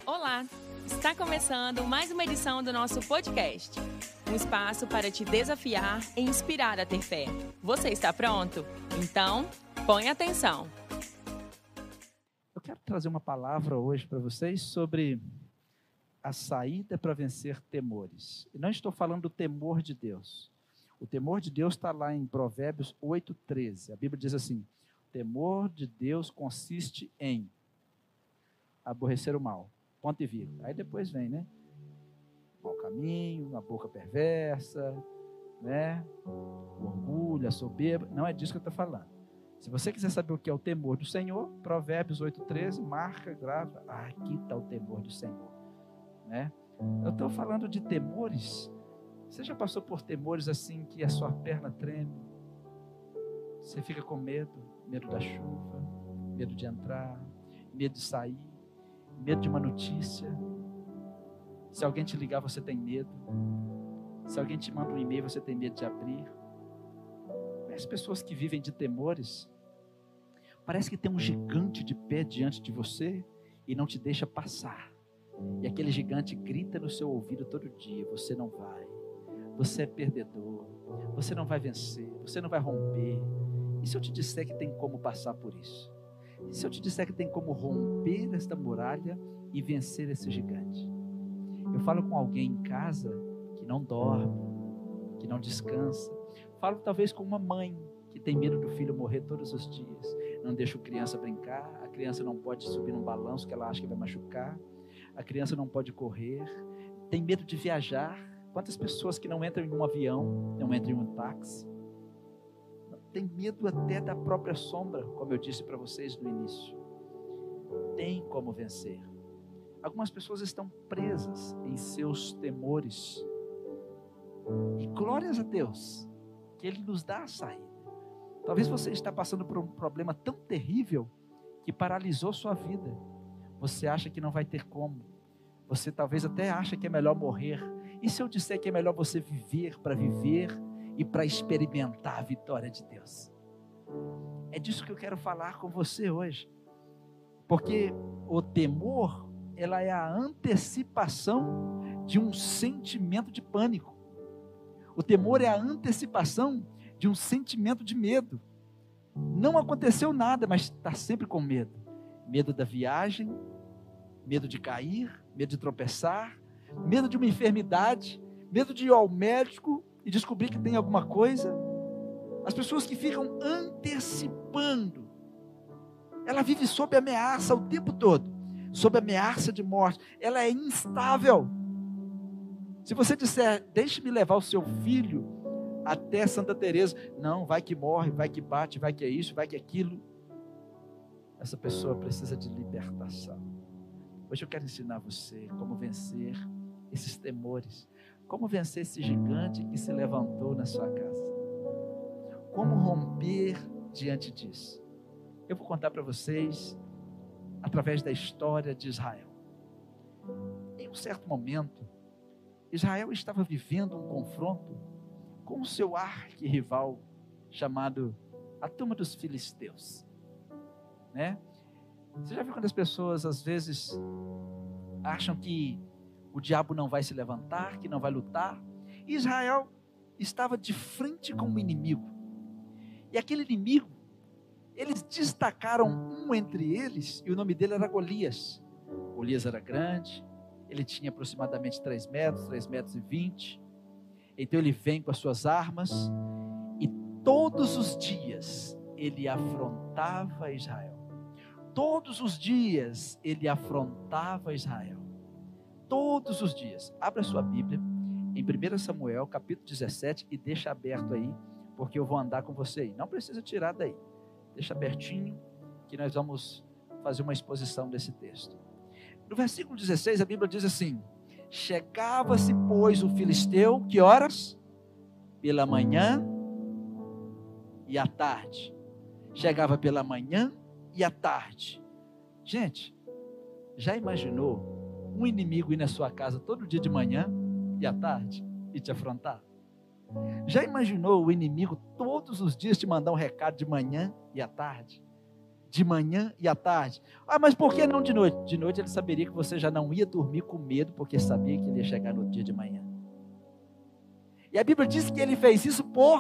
Olá! Está começando mais uma edição do nosso podcast. Um espaço para te desafiar e inspirar a ter fé. Você está pronto? Então, põe atenção. Eu quero trazer uma palavra hoje para vocês sobre a saída para vencer temores. E não estou falando do temor de Deus. O temor de Deus está lá em Provérbios 8:13. A Bíblia diz assim: o temor de Deus consiste em aborrecer o mal. Ponto e vírgula. Aí depois vem, né? O mau caminho, a boca perversa, né? O orgulho, a soberba. Não é disso que eu estou falando. Se você quiser saber o que é o temor do Senhor, Provérbios 8:13, marca, grava. Aqui está o temor do Senhor, né? Eu estou falando de temores. Você já passou por temores assim que a sua perna treme? Você fica com medo da chuva, medo de entrar, medo de sair, medo de uma notícia. Se alguém te ligar, você tem medo. Se alguém te manda um e-mail, você tem medo de abrir. As pessoas que vivem de temores, parece que tem um gigante de pé diante de você e não te deixa passar. E aquele gigante grita no seu ouvido todo dia: você não vai, você é perdedor, você não vai vencer, você não vai romper. E se eu te disser que tem como passar por isso? E se eu te disser que tem como romper esta muralha e vencer esse gigante? Eu falo com alguém em casa que não dorme, que não descansa. Falo talvez com uma mãe que tem medo do filho morrer todos os dias. Não deixa a criança brincar, a criança não pode subir num balanço que ela acha que vai machucar. A criança não pode correr, tem medo de viajar. Quantas pessoas que não entram em um avião, não entram em um táxi? Tem medo até da própria sombra, como eu disse para vocês no início. Tem como vencer. Algumas pessoas estão presas em seus temores. E glórias a Deus, que Ele nos dá a saída. Talvez você está passando por um problema tão terrível que paralisou sua vida. Você acha que não vai ter como. Você talvez até acha que é melhor morrer. E se eu disser que é melhor você viver para viver e para experimentar a vitória de Deus? É disso que eu quero falar com você hoje. Porque o temor, ela é a antecipação de um sentimento de pânico. O temor é a antecipação de um sentimento de medo. Não aconteceu nada, mas está sempre com medo. Medo da viagem, medo de cair, medo de tropeçar, medo de uma enfermidade, medo de ir ao médico e descobrir que tem alguma coisa. As pessoas que ficam antecipando, ela vive sob ameaça o tempo todo, sob ameaça de morte. Ela é instável. Se você disser: deixe-me levar o seu filho até Santa Teresa, não, vai que morre, vai que bate, vai que é isso, vai que é aquilo. Essa pessoa precisa de libertação. Hoje eu quero ensinar você como vencer esses temores, como vencer esse gigante que se levantou na sua casa, como romper diante disso. Eu vou contar para vocês através da história de Israel. Em um certo momento, Israel estava vivendo um confronto com o seu arquirrival chamado a turma dos filisteus, né? Você já viu quando as pessoas às vezes acham que o diabo não vai se levantar, que não vai lutar? Israel estava de frente com um inimigo. E aquele inimigo, eles destacaram um entre eles, e o nome dele era Golias. Golias era grande, ele tinha aproximadamente 3 metros e 20. Então ele vem com as suas armas, e todos os dias ele afrontava Israel. Todos os dias ele afrontava Israel. Todos os dias. Abra sua Bíblia em 1 Samuel capítulo 17 e deixa aberto aí, porque eu vou andar com você aí. Não precisa tirar daí. Deixa abertinho que nós vamos fazer uma exposição desse texto. No versículo 16 a Bíblia diz assim: chegava-se, pois, o filisteu, que horas? Pela manhã e à tarde. Chegava pela manhã e à tarde. Gente, já imaginou um inimigo ir na sua casa todo dia de manhã e à tarde e te afrontar? Já imaginou o inimigo todos os dias te mandar um recado de manhã e à tarde? de manhã e à tarde. Ah, mas por que não de noite? De noite ele saberia que você já não ia dormir com medo, porque sabia que ele ia chegar no dia de manhã. E a Bíblia diz que ele fez isso por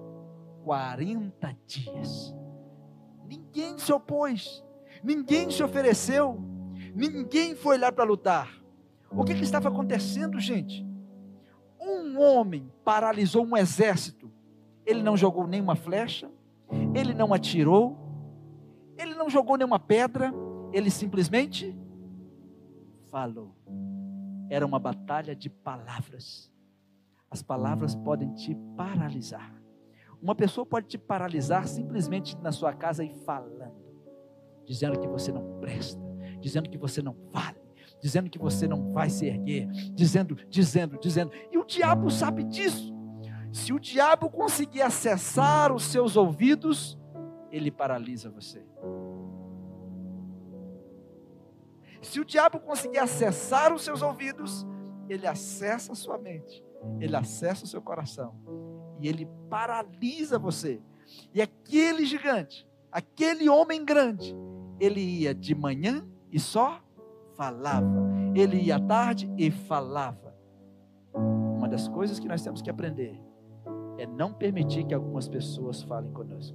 40 dias. Ninguém se opôs, ninguém se ofereceu, ninguém foi lá para lutar. O que estava acontecendo, gente? Um homem paralisou um exército. Ele não jogou nenhuma flecha, ele não atirou, ele não jogou nenhuma pedra, ele simplesmente falou. Era uma batalha de palavras. As palavras podem te paralisar. Uma pessoa pode te paralisar simplesmente na sua casa e falando, dizendo que você não presta, dizendo que você não vale, dizendo que você não vai se erguer, dizendo. E o diabo sabe disso. Se o diabo conseguir acessar os seus ouvidos, ele paralisa você. Se o diabo conseguir acessar os seus ouvidos, ele acessa a sua mente, ele acessa o seu coração, e ele paralisa você. E aquele gigante, aquele homem grande, ele ia de manhã e só falava, ele ia à tarde e falava. Uma das coisas que nós temos que aprender é não permitir que algumas pessoas falem conosco,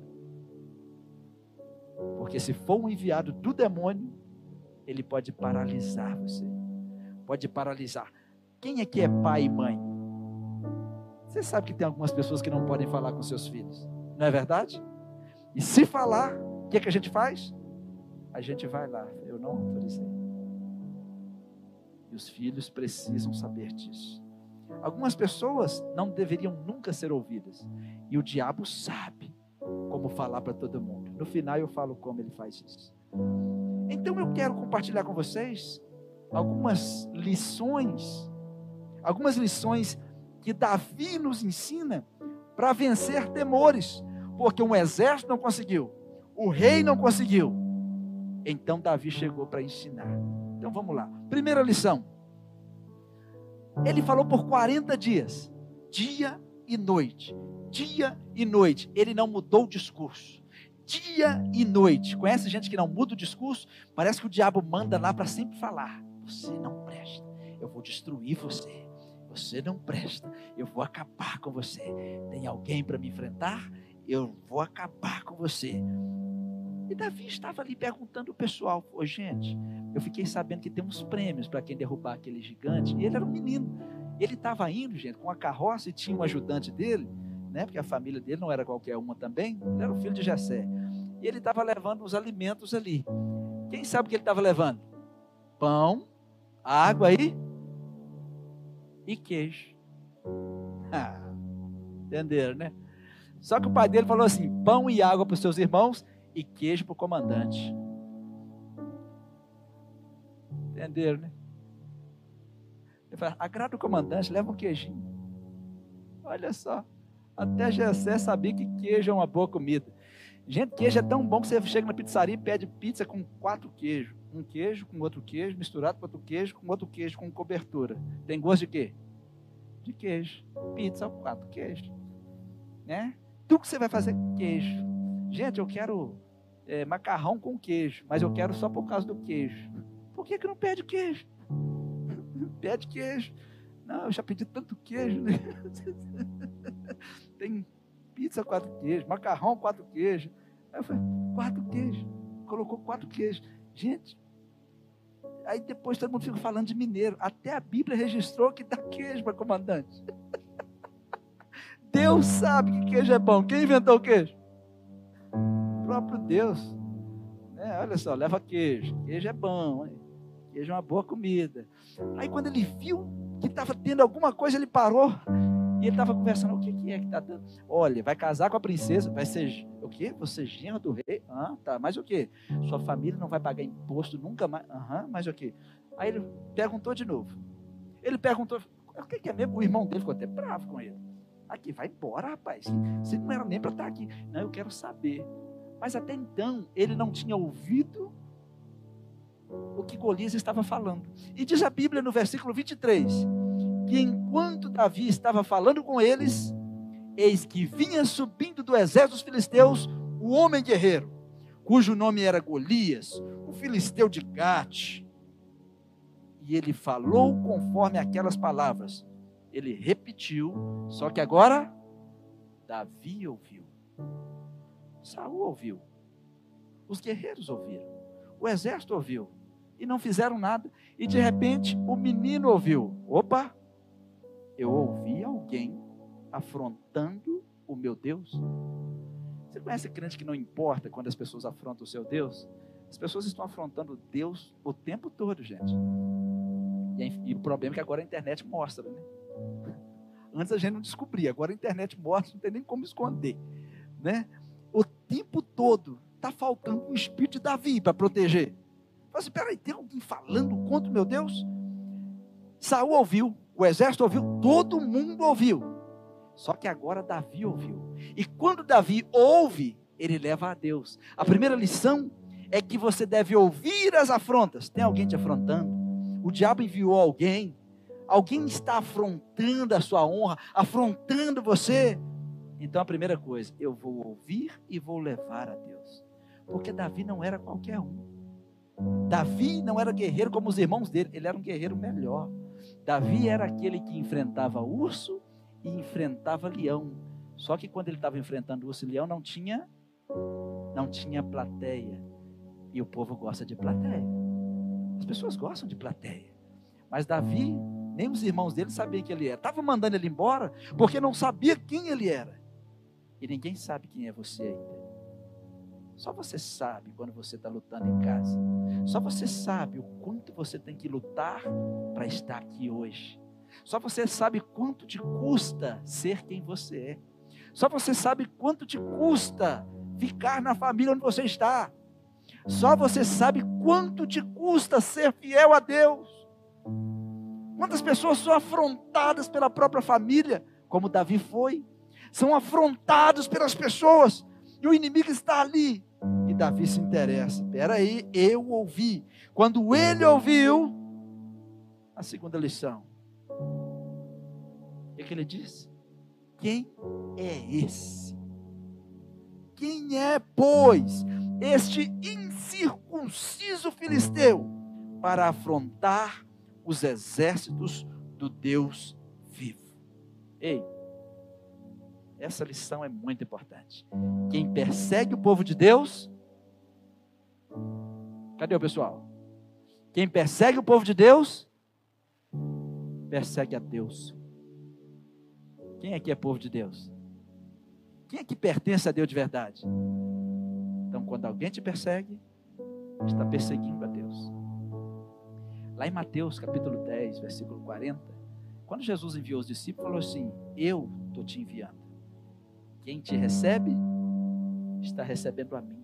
porque se for um enviado do demônio, ele pode paralisar você, pode paralisar. Quem aqui é pai e mãe? Você sabe que tem algumas pessoas que não podem falar com seus filhos, não é verdade? E se falar, o que é que a gente faz? A gente vai lá, eu não autorizei. E os filhos precisam saber disso. Algumas pessoas não deveriam nunca ser ouvidas, e o diabo sabe como falar para todo mundo. No final eu falo como ele faz isso. Então eu quero compartilhar com vocês algumas lições que Davi nos ensina para vencer temores, porque um exército não conseguiu, o rei não conseguiu, então Davi chegou para ensinar. Então vamos lá, primeira lição, ele falou por 40 dias, dia e noite, ele não mudou o discurso, dia e noite. Conhece gente que não muda o discurso? Parece que o diabo manda lá para sempre falar, você não presta, eu vou destruir você, você não presta, eu vou acabar com você, tem alguém para me enfrentar? Eu vou acabar com você. E Davi estava ali perguntando ao pessoal, gente, eu fiquei sabendo que tem uns prêmios para quem derrubar aquele gigante, e ele era um menino, ele estava indo, gente, com a carroça, e tinha um ajudante dele, né, porque a família dele não era qualquer uma também, ele era o filho de Jessé, e ele estava levando os alimentos ali. Quem sabe o que ele estava levando? Pão, água e queijo. Entenderam, né? Só que o pai dele falou assim, pão e água para os seus irmãos e queijo para o comandante. Entenderam, né? Ele falou, agrada o comandante, leva um queijinho. Olha só, até Jessé sabia que queijo é uma boa comida. Gente, queijo é tão bom que você chega na pizzaria e pede pizza com 4 queijos. Um queijo com outro queijo, misturado com outro queijo com cobertura. Tem gosto de quê? De queijo. Pizza, 4 queijos. Né? Tudo que você vai fazer queijo. Gente, eu quero macarrão com queijo, mas eu quero só por causa do queijo. Por que não pede queijo? Pede queijo. Não, eu já pedi tanto queijo, né? Tem pizza 4 queijos, macarrão 4 queijos. Aí eu falei, 4 queijos. Colocou 4 queijos. Gente, aí depois todo mundo fica falando de mineiro. Até a Bíblia registrou que dá queijo para comandante. Deus sabe que queijo é bom. Quem inventou o queijo? O próprio Deus. Olha só, leva queijo. Queijo é bom. Hein? Queijo é uma boa comida. Aí quando ele viu que estava tendo alguma coisa, ele parou. E ele estava conversando, o que é que está dando? Olha, vai casar com a princesa, vai ser, o quê? Você é genro do rei? Tá, mas o quê? Sua família não vai pagar imposto nunca mais? Mas o quê? Aí ele perguntou de novo. Ele perguntou, o que é mesmo? O irmão dele ficou até bravo com ele. Aqui, vai embora, rapaz. Você não era nem para estar aqui. Não, eu quero saber. Mas até então, ele não tinha ouvido o que Golias estava falando. E diz a Bíblia no versículo 23, que enquanto Davi estava falando com eles, eis que vinha subindo do exército dos filisteus o homem guerreiro, cujo nome era Golias, o filisteu de Gate. E ele falou conforme aquelas palavras. Ele repetiu, só que agora Davi ouviu. Saul ouviu. Os guerreiros ouviram. O exército ouviu. E não fizeram nada. E de repente o menino ouviu. Opa! Eu ouvi alguém afrontando o meu Deus. Você conhece crente que não importa quando as pessoas afrontam o seu Deus? As pessoas estão afrontando Deus o tempo todo, gente. E o problema é que agora a internet mostra, né? Antes a gente não descobria, agora a internet mostra, não tem nem como esconder, né? O tempo todo está faltando um espírito de Davi para proteger. Fala assim, peraí, tem alguém falando contra o meu Deus? Saul ouviu, o exército ouviu, todo mundo ouviu. Só que agora Davi ouviu. E quando Davi ouve, ele leva a Deus. A primeira lição é que você deve ouvir as afrontas. Tem alguém te afrontando? O diabo enviou alguém. Alguém está afrontando a sua honra, afrontando você. Então a primeira coisa, eu vou ouvir e vou levar a Deus. Porque Davi não era qualquer um. Davi não era guerreiro como os irmãos dele, ele era um guerreiro melhor. Davi era aquele que enfrentava urso e enfrentava leão. Só que quando ele estava enfrentando urso e leão, não tinha plateia. E o povo gosta de plateia. As pessoas gostam de plateia. Mas Davi, nem os irmãos dele sabiam quem ele era. Estava mandando ele embora porque não sabia quem ele era. E ninguém sabe quem é você ainda. Só você sabe quando você está lutando em casa. Só você sabe o quanto você tem que lutar para estar aqui hoje. Só você sabe quanto te custa ser quem você é. Só você sabe quanto te custa ficar na família onde você está. Só você sabe quanto te custa ser fiel a Deus. Quantas pessoas são afrontadas pela própria família, como Davi foi. São afrontados pelas pessoas. E o inimigo está ali. E Davi se interessa. Espera aí, eu ouvi. Quando ele ouviu, a segunda lição. O que ele disse? Quem é esse? Quem é, pois, este incircunciso filisteu para afrontar os exércitos do Deus vivo? Ei, essa lição é muito importante. Quem persegue o povo de Deus, cadê o pessoal? Quem persegue o povo de Deus, persegue a Deus. Quem aqui é povo de Deus? Quem é que pertence a Deus de verdade? Então, quando alguém te persegue, está perseguindo a Deus. Lá em Mateus capítulo 10, versículo 40, quando Jesus enviou os discípulos, falou assim: eu estou te enviando. Quem te recebe, está recebendo a mim.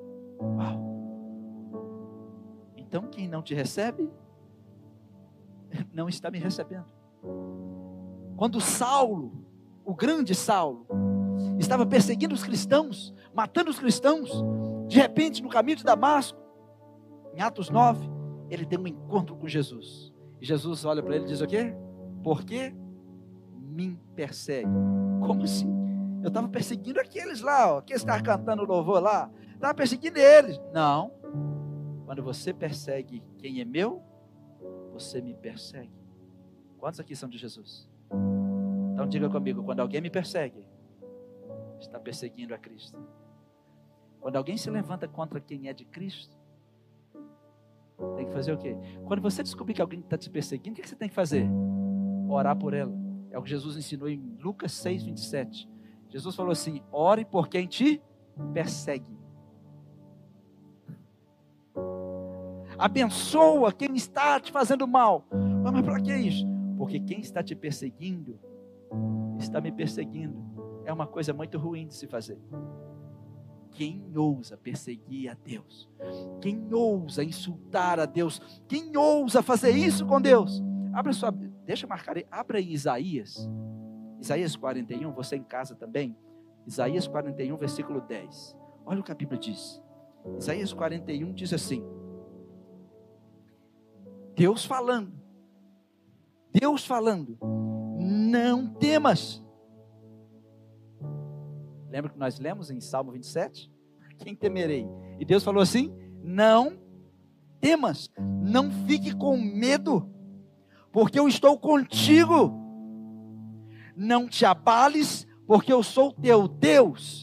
Uau! Então quem não te recebe, não está me recebendo. Quando Saulo, o grande Saulo, estava perseguindo os cristãos, matando os cristãos, de repente no caminho de Damasco, em Atos 9, ele tem um encontro com Jesus. E Jesus olha para ele e diz o quê? Por que me persegue? Como assim? Eu estava perseguindo aqueles lá, ó, que estavam cantando louvor lá. Estava perseguindo eles. Não. Quando você persegue quem é meu, você me persegue. Quantos aqui são de Jesus? Então diga comigo, quando alguém me persegue, está perseguindo a Cristo. Quando alguém se levanta contra quem é de Cristo, tem que fazer o quê? Quando você descobrir que alguém está te perseguindo, o que você tem que fazer? Orar por ela. É o que Jesus ensinou em Lucas 6, 27. Jesus falou assim: ore por quem te persegue. Abençoa quem está te fazendo mal. Mas para que isso? Porque quem está te perseguindo, está me perseguindo. É uma coisa muito ruim de se fazer. Quem ousa perseguir a Deus? Quem ousa insultar a Deus? Quem ousa fazer isso com Deus? Abra sua, deixa eu marcar aí, abra em Isaías 41, você em casa também. Isaías 41, versículo 10. Olha o que a Bíblia diz. Isaías 41 diz assim: Deus falando, não temas. Lembra que nós lemos em Salmo 27? quem temerei? E Deus falou assim: não temas, não fique com medo, porque eu estou contigo. Não te abales, porque eu sou teu Deus.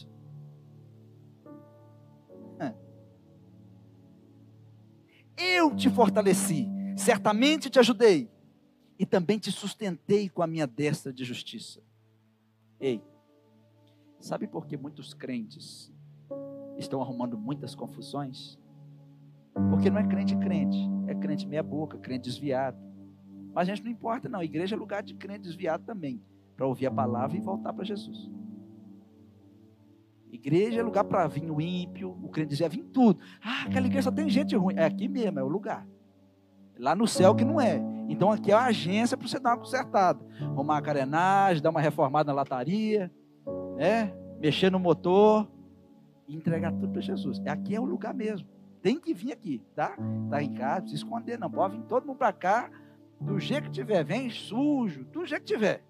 Eu te fortaleci, certamente te ajudei, e também te sustentei com a minha destra de justiça. Ei, sabe por que muitos crentes estão arrumando muitas confusões? Porque não é crente, é crente meia boca, crente desviado. Mas a gente não importa não, a igreja é lugar de crente desviado também, para ouvir a palavra e voltar para Jesus. Igreja é lugar para vir o ímpio, o crente desviado, vir tudo. Aquela igreja só tem gente ruim. É aqui mesmo, é o lugar. Lá no céu que não é. Então aqui é a agência para você dar uma consertada. Arrumar a carenagem, dar uma reformada na lataria, né? Mexer no motor e entregar tudo para Jesus. Aqui é o lugar mesmo. Tem que vir aqui, tá? Tá em casa, não se esconder não. Pode vir todo mundo para cá, do jeito que tiver. Vem sujo, do jeito que tiver.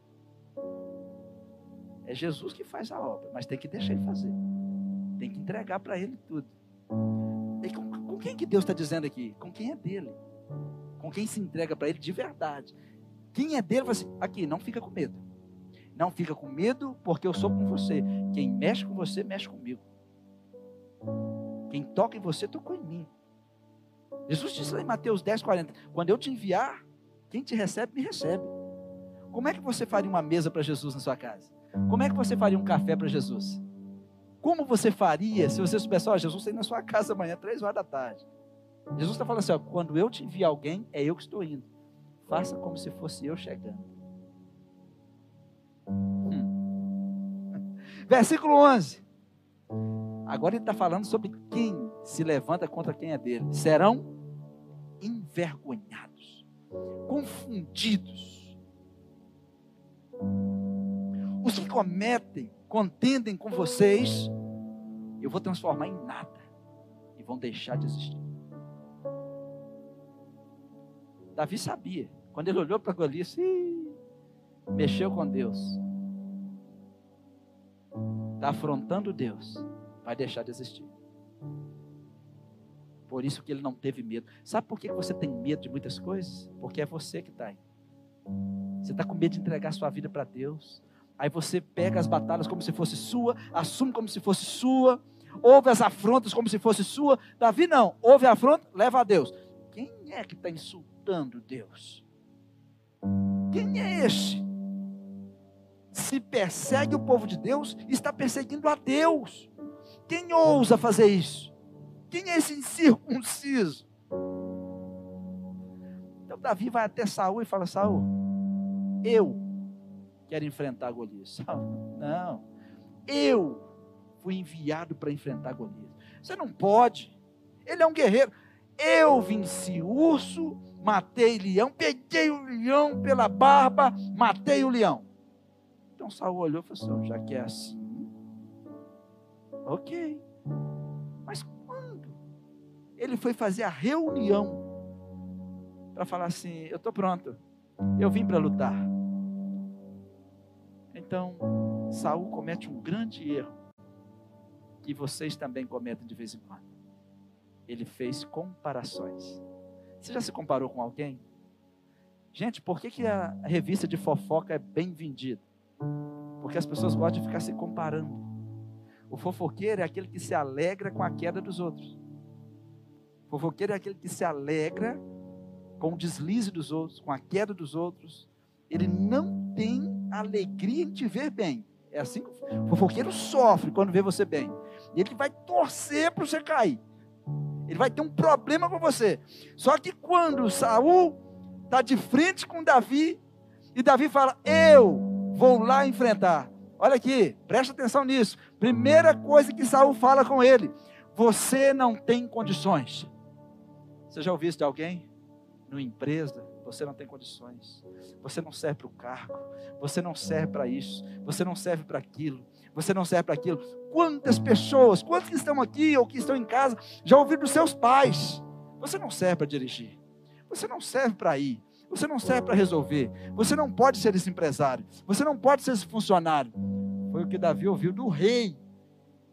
É Jesus que faz a obra, mas tem que deixar Ele fazer. Tem que entregar para Ele tudo. E com quem que Deus está dizendo aqui? Com quem é dele. Com quem se entrega para Ele de verdade. Quem é dele, vai assim, aqui, não fica com medo. Não fica com medo, porque eu sou com você. Quem mexe com você, mexe comigo. Quem toca em você, tocou em mim. Jesus disse lá em Mateus 10:40, quando eu te enviar, quem te recebe, me recebe. Como é que você faria uma mesa para Jesus na sua casa? Como é que você faria um café para Jesus? Como você faria se você soubesse, Jesus está indo na sua casa amanhã, 3 horas da tarde. Jesus está falando assim, quando eu te enviar alguém, é eu que estou indo. Faça como se fosse eu chegando. Versículo 11. Agora ele está falando sobre quem se levanta contra quem é dele. Serão envergonhados, confundidos. Os que contendem com vocês, eu vou transformar em nada. E vão deixar de existir. Davi sabia. Quando ele olhou para Golias, mexeu com Deus. Está afrontando Deus. Vai deixar de existir. Por isso que ele não teve medo. Sabe por que você tem medo de muitas coisas? Porque é você que está aí. Você está com medo de entregar sua vida para Deus. Aí você pega as batalhas como se fosse sua, assume como se fosse sua, ouve as afrontas como se fosse sua. Davi não, ouve a afronta, leva a Deus. Quem é que está insultando Deus? Quem é esse? Se persegue o povo de Deus, está perseguindo a Deus. Quem ousa fazer isso? Quem é esse incircunciso? Então Davi vai até Saul e fala, Saul, eu quero enfrentar Golias. Saul, não, eu fui enviado para enfrentar Golias. Você não pode, ele é um guerreiro. Eu venci o urso, matei o leão, peguei o leão pela barba, matei o leão. Então Saul olhou e falou assim, já que é assim, ok. Mas quando ele foi fazer a reunião para falar assim, eu estou pronto, eu vim para lutar. Então Saul comete um grande erro, que vocês também cometem de vez em quando. Ele fez comparações. Você já se comparou com alguém? Gente, por que a revista de fofoca é bem vendida? Porque as pessoas gostam de ficar se comparando. O fofoqueiro é aquele que se alegra com a queda dos outros. O fofoqueiro é aquele que se alegra com o deslize dos outros, com a queda dos outros. Ele não tem alegria em te ver bem. É assim que o fofoqueiro sofre quando vê você bem. E ele vai torcer para você cair. Ele vai ter um problema com você. Só que quando Saul está de frente com Davi, e Davi fala, eu vou lá enfrentar. Olha aqui, presta atenção nisso. Primeira coisa que Saul fala com ele, você não tem condições. Você já ouviu isso de alguém? Numa empresa, você não tem condições. Você não serve para o cargo. Você não serve para isso. Você não serve para aquilo. Você não serve para aquilo. Quantas pessoas, quantos que estão aqui ou que estão em casa, já ouviram dos seus pais? Você não serve para dirigir. Você não serve para ir. Você não serve para resolver. Você não pode ser esse empresário. Você não pode ser esse funcionário. Foi o que Davi ouviu do rei.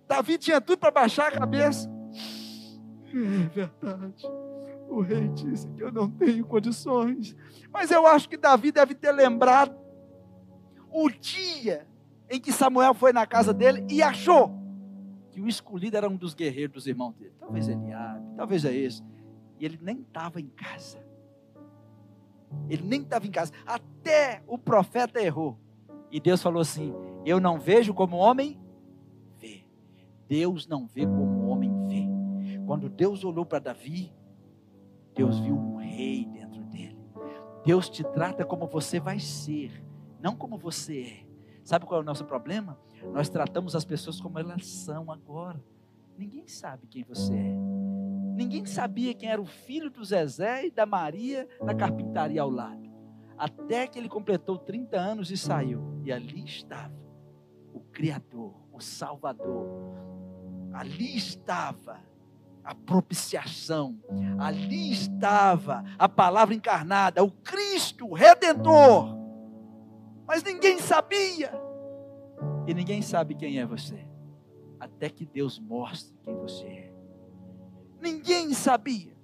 Davi tinha tudo para baixar a cabeça. É verdade. O rei disse que eu não tenho condições. Mas eu acho que Davi deve ter lembrado o dia em que Samuel foi na casa dele e achou que o escolhido era um dos guerreiros dos irmãos dele. Talvez Eliabe, talvez é esse. E ele nem estava em casa. Ele nem estava em casa. Até o profeta errou. E Deus falou assim: eu não vejo como o homem vê. Deus não vê como o homem vê. Quando Deus olhou para Davi, Deus viu um rei dentro dele. Deus te trata como você vai ser, não como você é. Sabe qual é o nosso problema? Nós tratamos as pessoas como elas são agora. Ninguém sabe quem você é. Ninguém sabia quem era o filho do Zezé e da Maria na carpintaria ao lado. Até que ele completou 30 anos e saiu. E ali estava o Criador, o Salvador. Ali estava a propiciação. Ali estava a palavra encarnada, o Cristo, o Redentor. Mas ninguém sabia. E ninguém sabe quem é você. Até que Deus mostre quem você é. Ninguém sabia.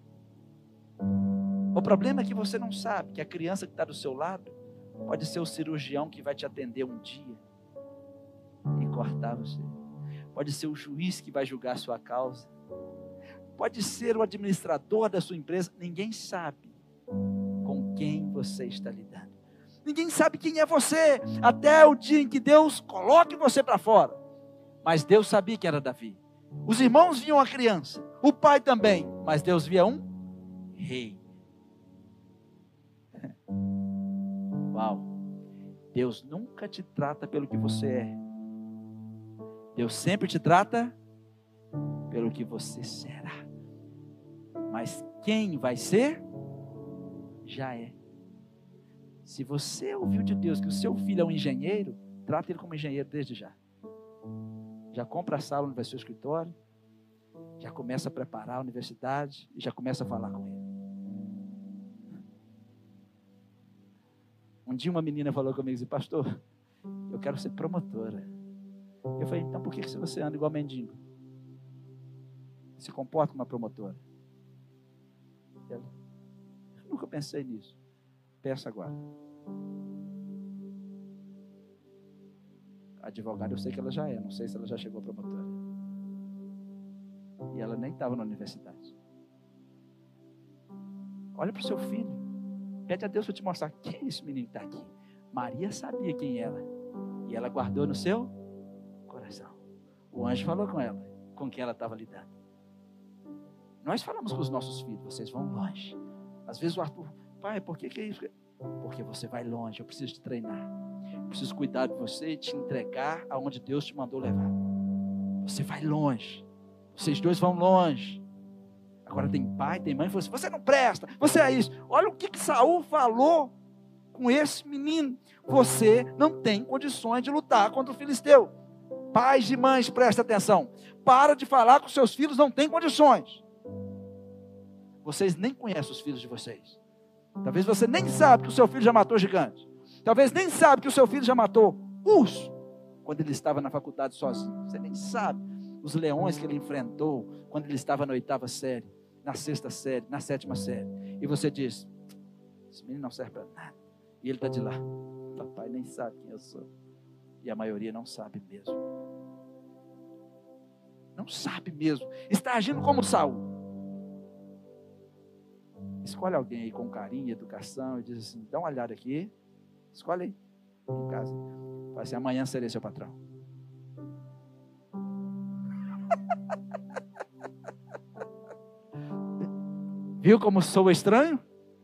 O problema é que você não sabe que a criança que está do seu lado pode ser o cirurgião que vai te atender um dia e cortar você. Pode ser o juiz que vai julgar a sua causa. Pode ser o administrador da sua empresa. Ninguém sabe com quem você está lidando. Ninguém sabe quem é você até o dia em que Deus coloque você para fora. Mas Deus sabia que era Davi. Os irmãos viam a criança, o pai também, mas Deus via um rei. Uau! Deus nunca te trata pelo que você é. Deus sempre te trata pelo que você será. Mas quem vai ser, já é. Se você ouviu de Deus que o seu filho é um engenheiro, trata ele como engenheiro desde já. Já compra a sala onde vai ser o escritório, já começa a preparar a universidade e já começa a falar com ele. Um dia uma menina falou comigo assim: pastor, eu quero ser promotora. Eu falei: então por que você anda igual mendigo? Se comporta como uma promotora. Ela: eu nunca pensei nisso. Pensa agora. Advogada eu sei que ela já é, não sei se ela já chegou a promotora. E ela nem estava na universidade. Olha para o seu filho. Pede a Deus para te mostrar quem é esse menino que está aqui. Maria sabia quem era. E ela guardou no seu coração. O anjo falou com ela, com quem ela estava lidando. Nós falamos com os nossos filhos: vocês vão longe. Às vezes o Arthur: pai, por que é isso? Porque você vai longe, eu preciso te treinar. Eu preciso cuidar de você e te entregar aonde Deus te mandou levar. Você vai longe. Vocês dois vão longe. Agora tem pai, tem mãe que falou assim: você não presta, você é isso. Olha o que Saul falou com esse menino. Você não tem condições de lutar contra o filisteu. Pais e mães, prestem atenção. Para de falar que os seus filhos não têm condições. Vocês nem conhecem os filhos de vocês. Talvez você nem sabe que o seu filho já matou gigante. Talvez nem sabe que o seu filho já matou urso quando ele estava na faculdade sozinho. Você nem sabe os leões que ele enfrentou quando ele estava na 8ª série, na 6ª série, na 7ª série. E você diz: esse menino não serve para nada. E ele está de lá: papai nem sabe quem eu sou. E a maioria não sabe mesmo. Não sabe mesmo. Está agindo como Saul. Escolhe alguém aí com carinho e educação e diz assim: dá uma olhada aqui. Escolhe aí, em casa. Fala assim: amanhã serei seu patrão. Viu como soa estranho?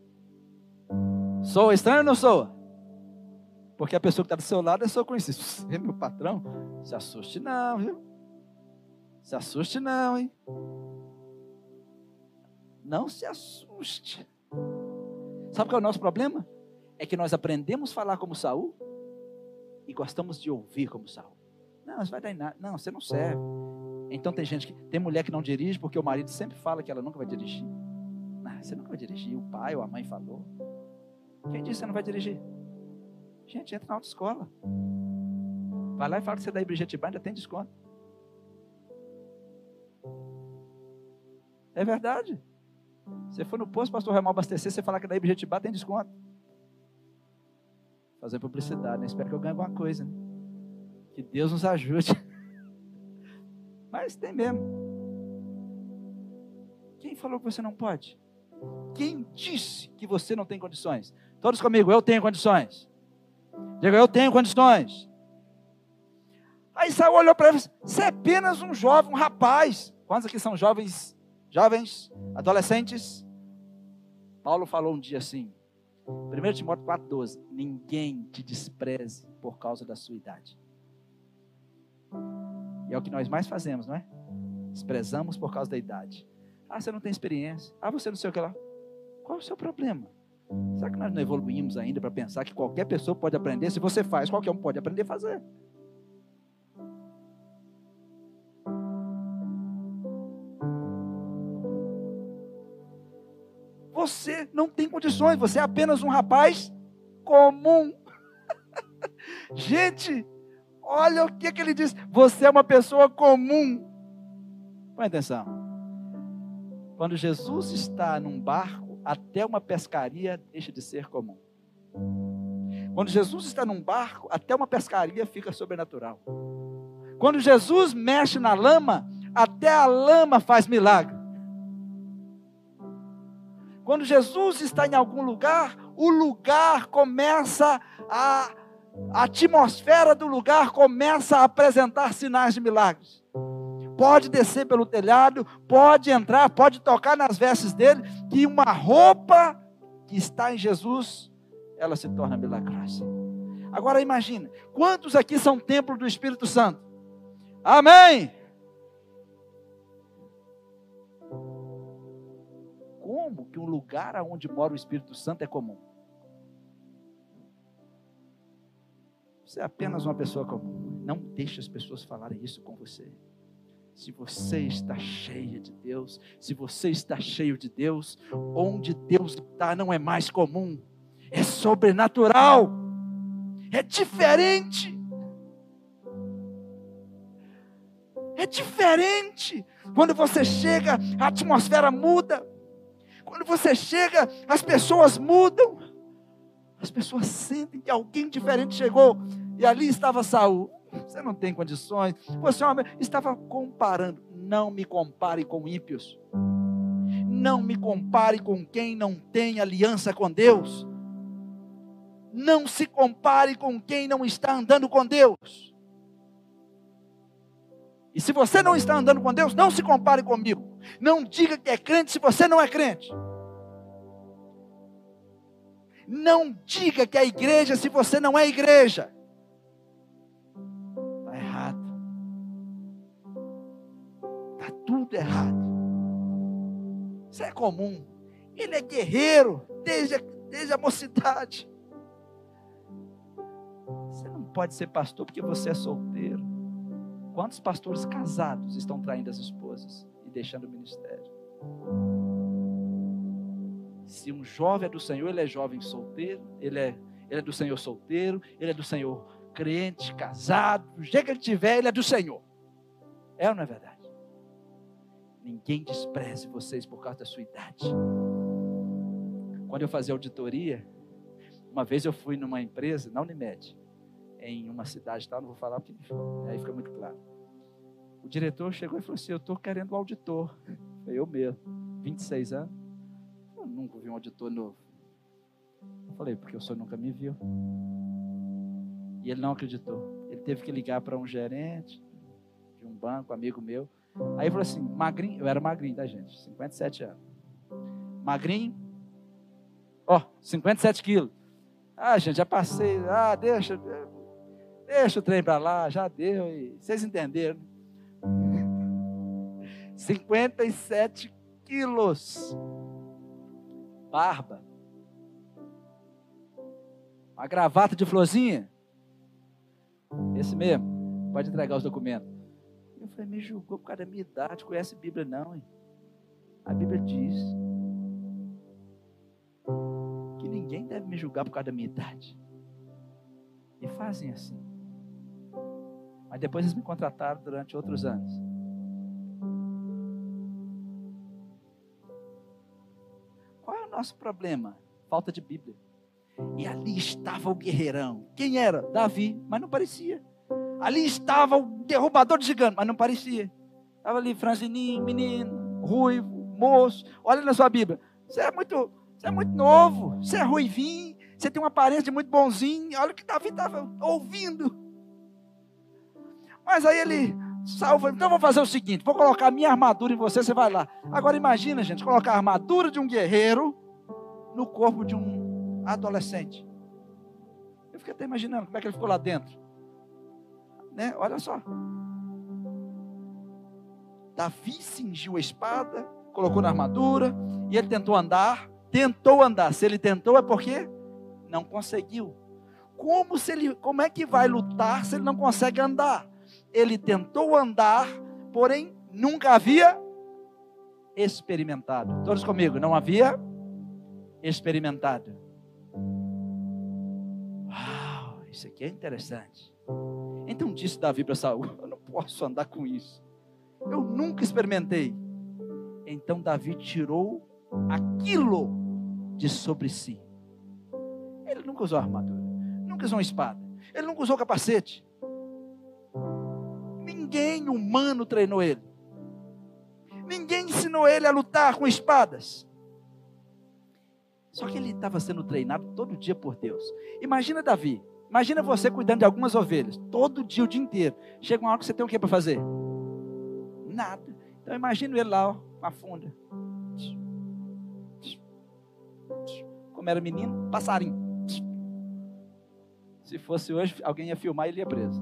Soa estranho ou não soa? Porque a pessoa que está do seu lado é só conhecida. Você é meu patrão? Se assuste não, viu? Se assuste não, hein? Não se assuste. Sabe qual é o nosso problema? É que nós aprendemos a falar como Saul e gostamos de ouvir como Saul. Não, isso vai dar em nada. Não, você não serve. Então tem mulher que não dirige porque o marido sempre fala que ela nunca vai dirigir. Não, você nunca vai dirigir. O pai ou a mãe falou. Quem disse que você não vai dirigir? Gente, entra na autoescola. Vai lá e fala que você é da Ibrijetiba, ainda tem desconto. É verdade. Você for no posto, pastor Raimundo abastecer, você falar que da Ibjetibá tem desconto. Fazer publicidade, né? Espero que eu ganhe alguma coisa, né? Que Deus nos ajude. Mas tem mesmo. Quem falou que você não pode? Quem disse que você não tem condições? Todos comigo, eu tenho condições. Diga, eu tenho condições. Aí Saul olhou para ele e disse, você é apenas um jovem, um rapaz. Quantos aqui são jovens, adolescentes? Paulo falou um dia assim, 1 Timóteo 4,12, ninguém te despreze por causa da sua idade. E é o que nós mais fazemos, não é? Desprezamos por causa da idade. Ah, você não tem experiência. Ah, você não sei o que lá. Qual é o seu problema? Será que nós não evoluímos ainda para pensar que qualquer pessoa pode aprender? Se você faz, qualquer um pode aprender a fazer. Você não tem condições, você é apenas um rapaz comum. Gente, olha o que ele diz, você é uma pessoa comum. Põe atenção. Quando Jesus está num barco, até uma pescaria deixa de ser comum. Quando Jesus está num barco, até uma pescaria fica sobrenatural. Quando Jesus mexe na lama, até a lama faz milagre. Quando Jesus está em algum lugar, o lugar começa a atmosfera do lugar começa a apresentar sinais de milagres. Pode descer pelo telhado, pode entrar, pode tocar nas vestes dele, que uma roupa que está em Jesus, ela se torna milagrosa. Agora imagine, quantos aqui são templo do Espírito Santo? Amém! Como que um lugar onde mora o Espírito Santo é comum? Você é apenas uma pessoa comum. Não deixe as pessoas falarem isso com você. Se você está cheia de Deus, se você está cheio de Deus, onde Deus está não é mais comum, é sobrenatural, é diferente. É diferente. Quando você chega, a atmosfera muda. Quando você chega, as pessoas mudam. As pessoas sentem que alguém diferente chegou. E ali estava Saul. Você não tem condições. Você estava comparando. Não me compare com ímpios. Não me compare com quem não tem aliança com Deus. Não se compare com quem não está andando com Deus. E se você não está andando com Deus, não se compare comigo. Não diga que é crente se você não é crente. Não diga que é igreja se você não é igreja. Está errado. Está tudo errado. Isso é comum. Ele é guerreiro desde a mocidade. Você não pode ser pastor porque você é solteiro. Quantos pastores casados estão traindo as esposas e deixando o ministério? Se um jovem é do Senhor, ele é jovem solteiro, ele é do Senhor solteiro, ele é do Senhor crente, casado, do jeito que ele tiver, ele é do Senhor. É ou não é verdade? Ninguém despreze vocês por causa da sua idade. Quando eu fazia auditoria, uma vez eu fui numa empresa, na Unimed, em uma cidade, não vou falar porque aí fica muito claro. O diretor chegou e falou assim, eu estou querendo um auditor. Foi eu mesmo, 26 anos. Eu nunca vi um auditor novo. Eu falei, porque o senhor nunca me viu. E ele não acreditou. Ele teve que ligar para um gerente de um banco, amigo meu. Aí ele falou assim, magrinho, eu era magrinho, tá gente? 57 anos. Magrinho, 57 quilos. Ah, gente, já passei, deixa o trem para lá, já deu, e vocês entenderam. 57 quilos. Barba. Uma gravata de florzinha. Esse mesmo. Pode entregar os documentos. Eu falei, me julgou por causa da minha idade. Conhece a Bíblia não, hein? A Bíblia diz que ninguém deve me julgar por causa da minha idade. E fazem assim. Mas depois eles me contrataram durante outros anos. nosso problema? Falta de Bíblia. E ali estava o guerreirão. Quem era? Davi, mas não parecia. Ali estava o derrubador de gigante, mas não parecia. Estava ali franzininho, menino, ruivo, moço. Olha na sua Bíblia. Você é muito novo, você é ruivinho, você tem uma aparência de muito bonzinho. Olha o que Davi estava ouvindo. Mas aí ele salva. Então vou fazer o seguinte, vou colocar a minha armadura em você, você vai lá. Agora imagina, gente, colocar a armadura de um guerreiro no corpo de um adolescente. Eu fiquei até imaginando como é que ele ficou lá dentro. Né? Olha só. Davi cingiu a espada, colocou na armadura, e ele tentou andar. Se ele tentou é porque não conseguiu. Como é que vai lutar se ele não consegue andar? Ele tentou andar, porém nunca havia experimentado. Todos comigo, não havia experimentado. Uau, isso aqui é interessante. Então disse Davi para Saul: eu não posso andar com isso. Eu nunca experimentei. Então Davi tirou aquilo de sobre si. Ele nunca usou armadura, nunca usou uma espada, ele nunca usou capacete. Ninguém humano treinou ele. Ninguém ensinou ele a lutar com espadas. Só que ele estava sendo treinado todo dia por Deus. Imagina Davi, imagina você cuidando de algumas ovelhas, todo dia, o dia inteiro. Chega uma hora que você tem o que para fazer? Nada. Então imagina ele lá, ó, com a funda. Como era menino, passarinho. Se fosse hoje, alguém ia filmar e ele ia preso.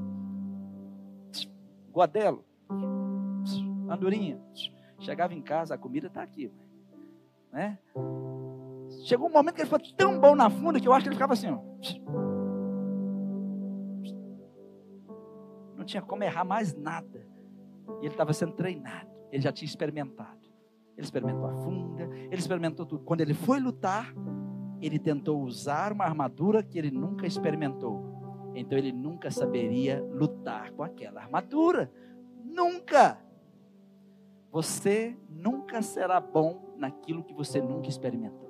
Godelo. Andorinha. Chegava em casa, a comida está aqui. Né? Chegou um momento que ele ficou tão bom na funda que eu acho que ele ficava assim, ó. Não tinha como errar mais nada. E ele estava sendo treinado. Ele já tinha experimentado. Ele experimentou a funda, ele experimentou tudo. Quando ele foi lutar, ele tentou usar uma armadura que ele nunca experimentou. Então ele nunca saberia lutar com aquela armadura. Nunca. Você nunca será bom naquilo que você nunca experimentou.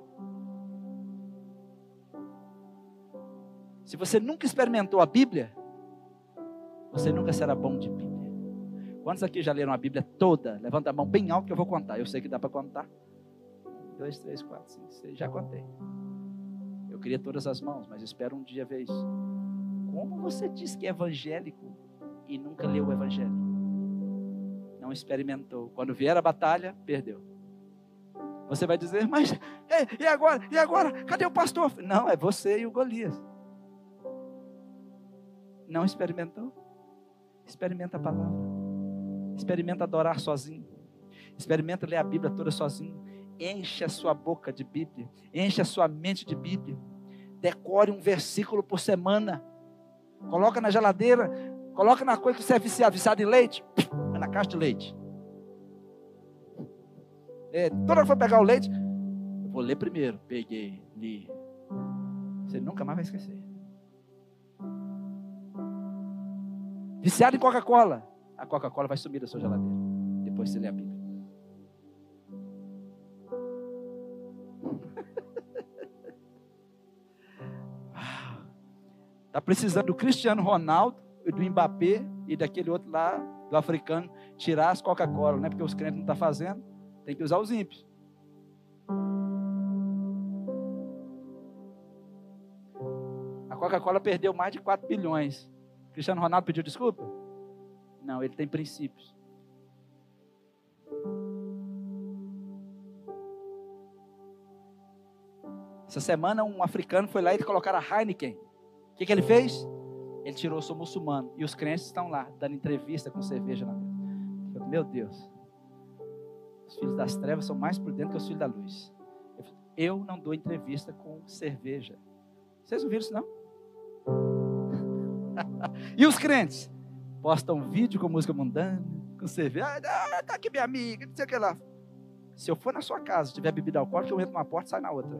Se você nunca experimentou a Bíblia, você nunca será bom de Bíblia. Quantos aqui já leram a Bíblia toda? Levanta a mão bem alto que eu vou contar. Eu sei que dá para contar. 1, 2, 3, 4, 5, 6. Já contei. Eu queria todas as mãos, mas espero um dia ver isso. Como você diz que é evangélico e nunca leu o Evangelho? Não experimentou. Quando vier a batalha, perdeu. Você vai dizer, mas e agora? E agora? Cadê o pastor? Não, é você e o Golias. Não experimentou? Experimenta a palavra. Experimenta adorar sozinho. Experimenta ler a Bíblia toda sozinho. Enche a sua boca de Bíblia. Enche a sua mente de Bíblia. Decore um versículo por semana. Coloca na geladeira. Coloca na coisa que você é viciado em leite. É na caixa de leite. Toda hora que for pegar o leite, eu vou ler primeiro. Peguei, li. Você nunca mais vai esquecer. Viciado em Coca-Cola. A Coca-Cola vai sumir da sua geladeira. Depois você lê a Bíblia. Está precisando do Cristiano Ronaldo e do Mbappé e daquele outro lá, do africano, tirar as Coca-Cola, né? Porque os crentes não estão fazendo, tem que usar os ímpios. A Coca-Cola perdeu mais de 4 bilhões. Cristiano Ronaldo pediu desculpa? Não, ele tem princípios. Essa semana um africano foi lá e colocaram a Heineken. O que ele fez? Ele tirou, sou muçulmano. E os crentes estão lá, dando entrevista com cerveja na mesa. Meu Deus. Os filhos das trevas são mais prudentes que os filhos da luz. Eu não dou entrevista com cerveja. Vocês não viram isso, não? E os crentes? Postam vídeo com música mundana, com cerveja. Tá aqui minha amiga, não sei o que lá. Se eu for na sua casa, tiver bebida alcoólica, eu entro numa porta e saio na outra.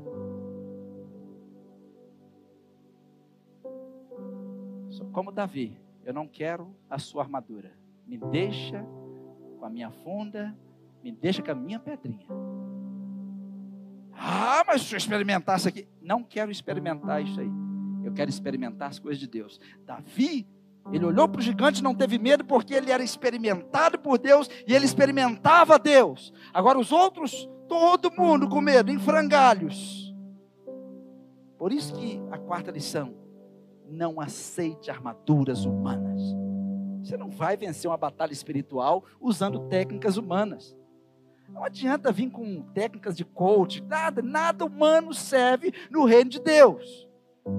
Sou como Davi, eu não quero a sua armadura. Me deixa com a minha funda, me deixa com a minha pedrinha. Ah, mas se eu experimentar isso aqui. Não quero experimentar isso aí. Eu quero experimentar as coisas de Deus. Davi, ele olhou para o gigante e não teve medo, porque ele era experimentado por Deus e ele experimentava Deus. Agora os outros, todo mundo com medo, em frangalhos. Por isso que a quarta lição: não aceite armaduras humanas. Você não vai vencer uma batalha espiritual usando técnicas humanas. Não adianta vir com técnicas de coach, nada humano serve no reino de Deus.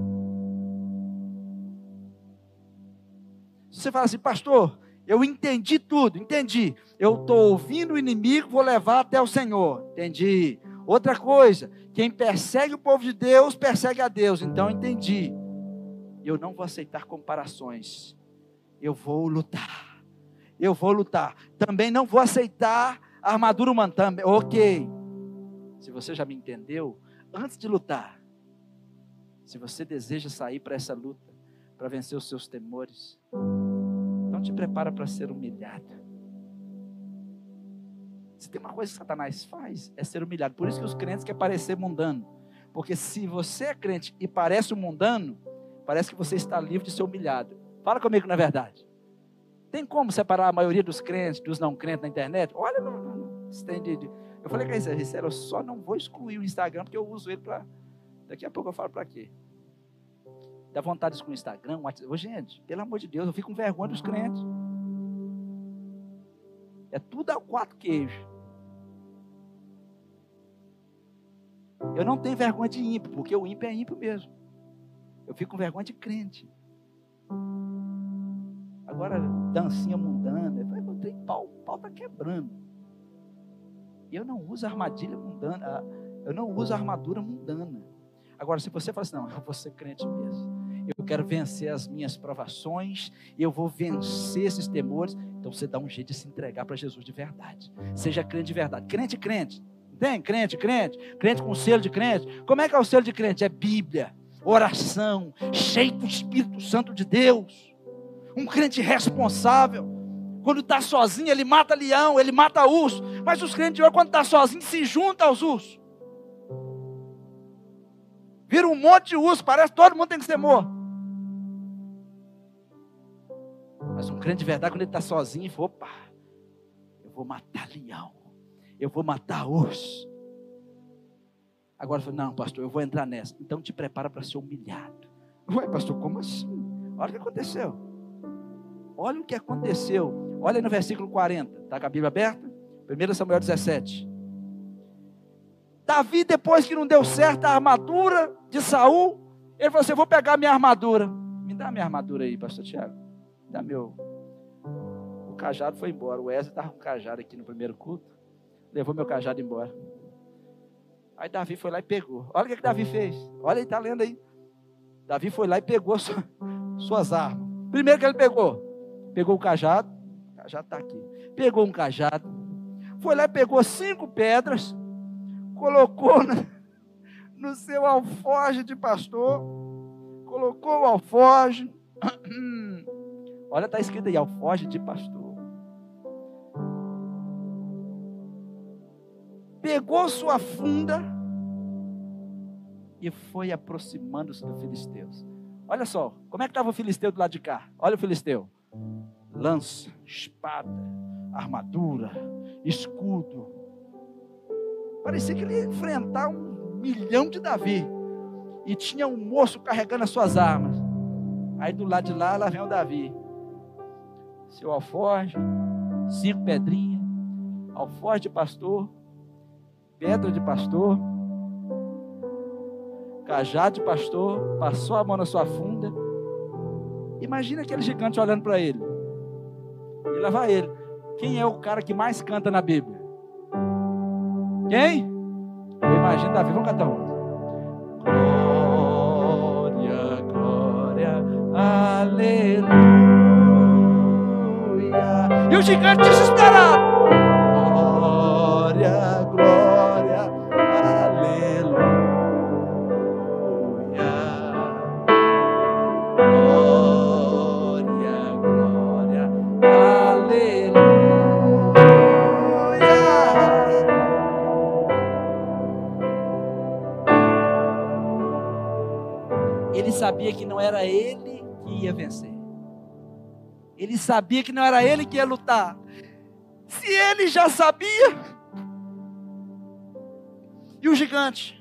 Você fala assim: pastor, eu entendi tudo, entendi. Eu estou ouvindo o inimigo, vou levar até o Senhor. Entendi. Outra coisa, quem persegue o povo de Deus, persegue a Deus. Então entendi. Eu não vou aceitar comparações. Eu vou lutar. Eu vou lutar. Também não vou aceitar a armadura humana. Também. Ok. Se você já me entendeu, antes de lutar, se você deseja sair para essa luta, para vencer os seus temores, então te prepara para ser humilhado. Se tem uma coisa que Satanás faz, é ser humilhado. Por isso que os crentes querem parecer mundano. Porque se você é crente e parece um mundano, parece que você está livre de ser humilhado. Fala comigo que não é verdade. Tem como separar a maioria dos crentes dos não crentes na internet? Olha no stand. Eu falei com a Ricela, eu só não vou excluir o Instagram, porque eu uso ele para... Daqui a pouco eu falo para quê. Dá vontade de excluir o Instagram, WhatsApp. Ô, gente, pelo amor de Deus, eu fico com vergonha dos crentes. É tudo a 4 queijos. Eu não tenho vergonha de ímpio, porque o ímpio é ímpio mesmo. Eu fico com vergonha de crente. Agora, dancinha mundana, eu tenho pau está quebrando. E eu não uso armadilha mundana, eu não uso armadura mundana. Agora, se você fala assim: não, eu vou ser crente mesmo, eu quero vencer as minhas provações, eu vou vencer esses temores, então você dá um jeito de se entregar para Jesus de verdade. Seja crente de verdade. Crente. Tem crente com selo de crente. Como é que é o selo de crente? É Bíblia, oração, cheio do Espírito Santo de Deus. Um crente responsável. Quando está sozinho, ele mata leão, ele mata urso. Mas os crentes de hoje, quando está sozinho, se juntam aos ursos. Vira um monte de urso, parece que todo mundo tem que ser morto. Mas um crente de verdade, quando ele está sozinho, opa, eu vou matar leão, eu vou matar urso. Agora, não, pastor, eu vou entrar nessa. Então te prepara para ser humilhado. Ué, pastor, como assim? Olha o que aconteceu. Olha o que aconteceu. Olha no versículo 40. Está com a Bíblia aberta? 1 Samuel 17. Davi, depois que não deu certo a armadura de Saul, ele falou assim: eu vou pegar a minha armadura. Me dá a minha armadura aí, pastor Tiago. Me dá meu... O cajado foi embora. O Wesley estava com o cajado aqui no primeiro culto. Levou meu cajado embora. Aí Davi foi lá e pegou. Olha o que Davi fez. Olha aí, está lendo aí. Davi foi lá e pegou suas armas. Primeiro que ele pegou o cajado. O cajado está aqui. Pegou um cajado. Foi lá e pegou 5 pedras. Colocou no seu alforje de pastor. Colocou o alforje. Olha, está escrito aí, alforje de pastor. Pegou sua funda e foi aproximando-se dos filisteus. Olha só, como é que estava o filisteu do lado de cá? Olha o filisteu. Lança, espada, armadura, escudo. Parecia que ele ia enfrentar 1 milhão de Davi. E tinha um moço carregando as suas armas. Aí do lado de lá vem o Davi. Seu alforje, 5 pedrinhas, alforje de pastor, pedra de pastor, cajado de pastor, passou a mão na sua funda. Imagina aquele gigante olhando para ele. E lá vai ele. Quem é o cara que mais canta na Bíblia? Quem? Eu imagino Davi. Vamos cantar um. Glória, glória, aleluia. E o gigante desesperado. Glória, glória, aleluia. Glória, glória, aleluia. sabia que não era ele que ia vencer. Ele sabia que não era ele que ia lutar. Se ele já sabia, e o gigante?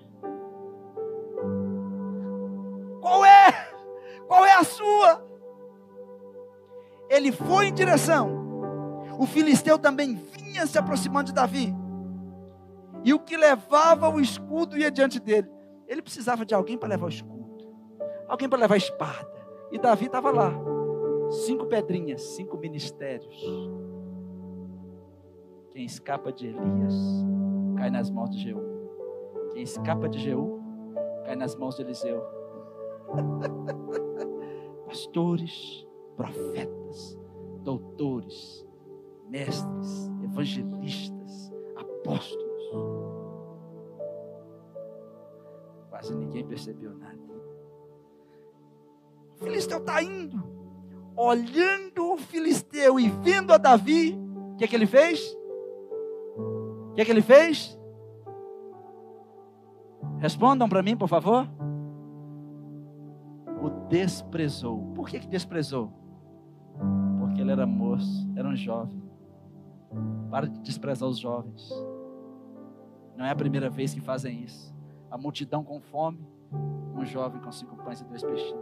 Qual é a sua? Ele foi em direção. O filisteu também vinha se aproximando de Davi. E o que levava o escudo ia diante dele. Ele precisava de alguém para levar o escudo, alguém para levar a espada. E Davi estava lá. 5 pedrinhas, 5 ministérios. Quem escapa de Elias, cai nas mãos de Jeú. Quem escapa de Jeú, cai nas mãos de Eliseu. Pastores, profetas, doutores, mestres, evangelistas, apóstolos. Quase ninguém percebeu nada. O filisteu está indo, olhando o filisteu e vendo a Davi. O que é que ele fez? O que é que ele fez? Respondam para mim, por favor. O desprezou. Por que desprezou? Porque ele era moço, era um jovem. Para de desprezar os jovens. Não é a primeira vez que fazem isso. A multidão com fome, um jovem com 5 pães e 2 peixinhos.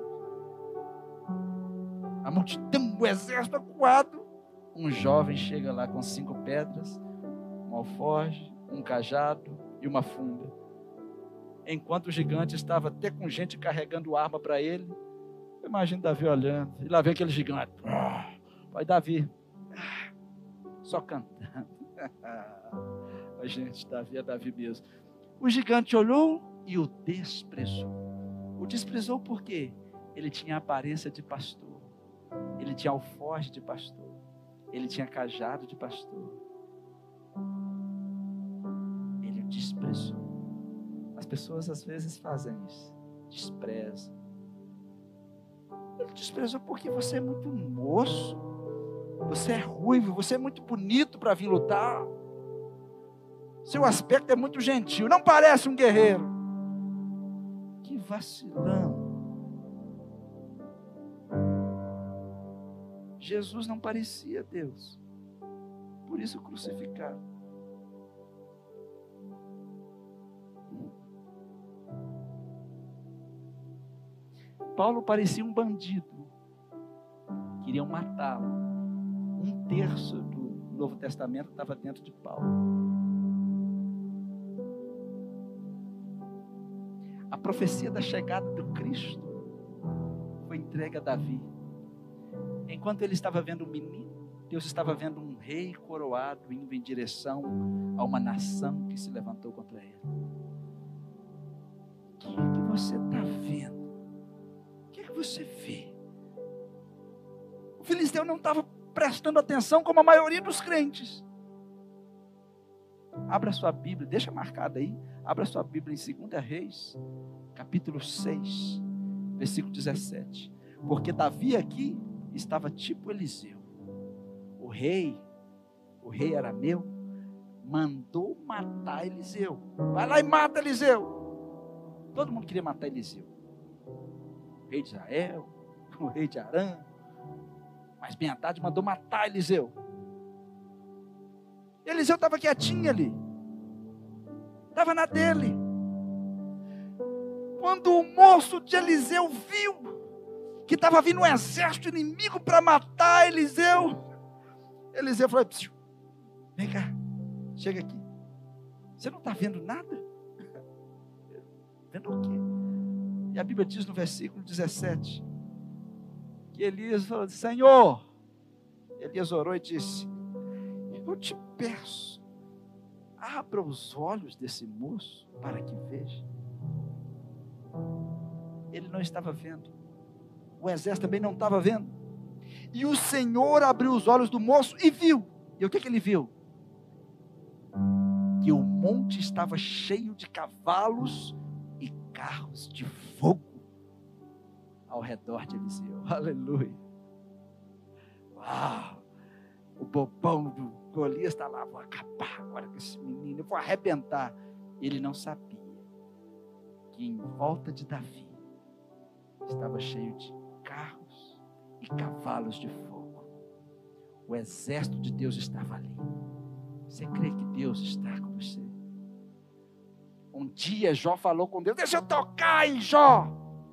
A multidão, o exército acuado, um jovem chega lá com 5 pedras, um alforje, um cajado e uma funda. Enquanto o gigante estava até com gente carregando arma para ele, eu imagino Davi olhando, e lá vem aquele gigante. Vai Davi, só cantando. Mas gente, Davi é Davi mesmo. O gigante olhou e o desprezou. O desprezou porque ele tinha a aparência de pastor. Ele tinha alforje de pastor. Ele tinha cajado de pastor. Ele o desprezou. As pessoas às vezes fazem isso. Desprezam. Ele desprezou porque você é muito moço. Você é ruivo. Você é muito bonito para vir lutar. Seu aspecto é muito gentil. Não parece um guerreiro. Que vacilão. Jesus não parecia Deus. Por isso crucificado. Paulo parecia um bandido. Queriam matá-lo. 1/3 do Novo Testamento estava dentro de Paulo. A profecia da chegada do Cristo foi entregue a Davi. Enquanto ele estava vendo um menino, Deus estava vendo um rei coroado indo em direção a uma nação que se levantou contra ele. O que você está vendo? O que você vê? O filisteu não estava prestando atenção como a maioria dos crentes. Abra sua Bíblia, deixa marcada aí. Abra sua Bíblia em 2 Reis, capítulo 6, versículo 17. Porque Davi aqui estava tipo Eliseu. O rei arameu, mandou matar Eliseu. Vai lá e mata Eliseu. Todo mundo queria matar Eliseu. O rei de Israel, o rei de Arã. Mas bem à tarde mandou matar Eliseu. Eliseu estava quietinho ali. Estava na dele. Quando o moço de Eliseu viu que estava vindo um exército inimigo para matar Eliseu, Eliseu falou: vem cá, chega aqui. Você não está vendo nada? Vendo o quê? E a Bíblia diz no versículo 17 que Elias falou: Senhor, Elias orou e disse: eu te peço, abra os olhos desse moço para que veja. Ele não estava vendo. O exército também não estava vendo. E o Senhor abriu os olhos do moço e viu. E o que ele viu? Que o monte estava cheio de cavalos e carros de fogo ao redor de Eliseu. Aleluia. Uau! O bobão do Golias está lá. Vou acabar agora com esse menino. Eu vou arrebentar. Ele não sabia que em volta de Davi estava cheio de carros e cavalos de fogo. O exército de Deus estava ali. Você crê que Deus está com você? Um dia Jó falou com Deus: deixa eu tocar em Jó.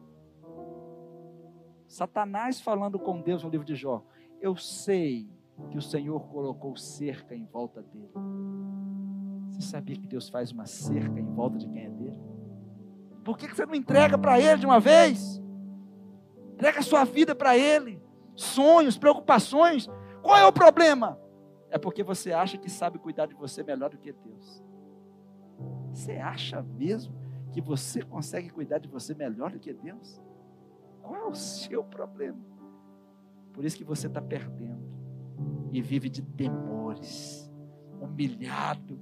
Satanás falando com Deus no livro de Jó: eu sei que o Senhor colocou cerca em volta dele. Você sabia que Deus faz uma cerca em volta de quem é dele? Por que você não entrega para Ele de uma vez? Entrega a sua vida para Ele. Sonhos, preocupações. Qual é o problema? É porque você acha que sabe cuidar de você melhor do que Deus. Você acha mesmo que você consegue cuidar de você melhor do que Deus? Qual é o seu problema? Por isso que você está perdendo. E vive de temores. Humilhado.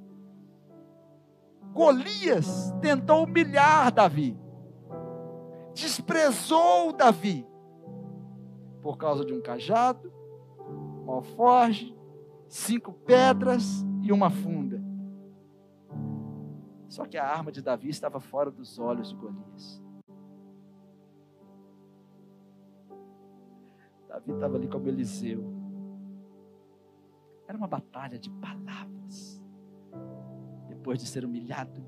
Golias tentou humilhar Davi. Desprezou Davi. Por causa de um cajado, um alforje, 5 pedras e uma funda. Só que a arma de Davi estava fora dos olhos de Golias. Davi estava ali como Eliseu. Era uma batalha de palavras. Depois de ser humilhado,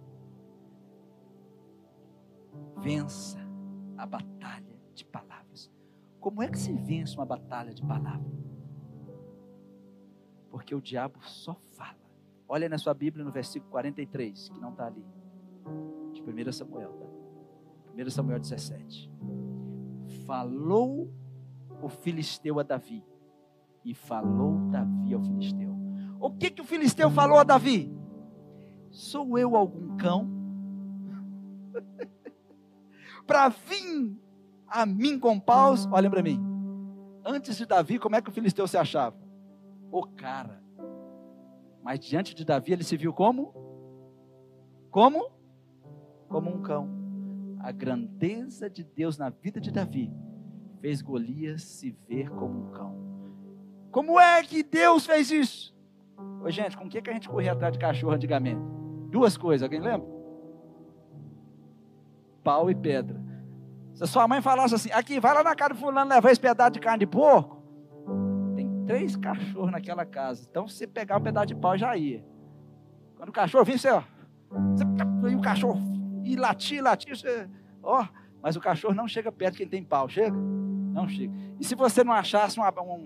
vença a batalha de palavras. Como é que se vence uma batalha de palavras? Porque o diabo só fala. Olha na sua Bíblia no versículo 43, que não está ali, de 1 Samuel, tá? 1 Samuel 17. Falou o filisteu a Davi, e falou Davi ao filisteu. O que o filisteu falou a Davi? Sou eu algum cão? Para vir a mim com paus? Olha para mim. Antes de Davi, como é que o filisteu se achava? O cara. Mas diante de Davi, ele se viu como? Como? Como um cão. A grandeza de Deus na vida de Davi fez Golias se ver como um cão. Como é que Deus fez isso? Ô, gente, com o que a gente corria atrás de cachorro antigamente? 2 coisas, alguém lembra? Pau e pedra. Se a sua mãe falasse assim: aqui, vai lá na casa do fulano levar esse pedaço de carne de porco. Tem 3 cachorros naquela casa. Então, se você pegar um pedaço de pau, já ia. Quando o cachorro vinha, você, ó. E o cachorro e latir, você, ó. Mas o cachorro não chega perto que ele tem pau. Chega? Não chega. E se você não achasse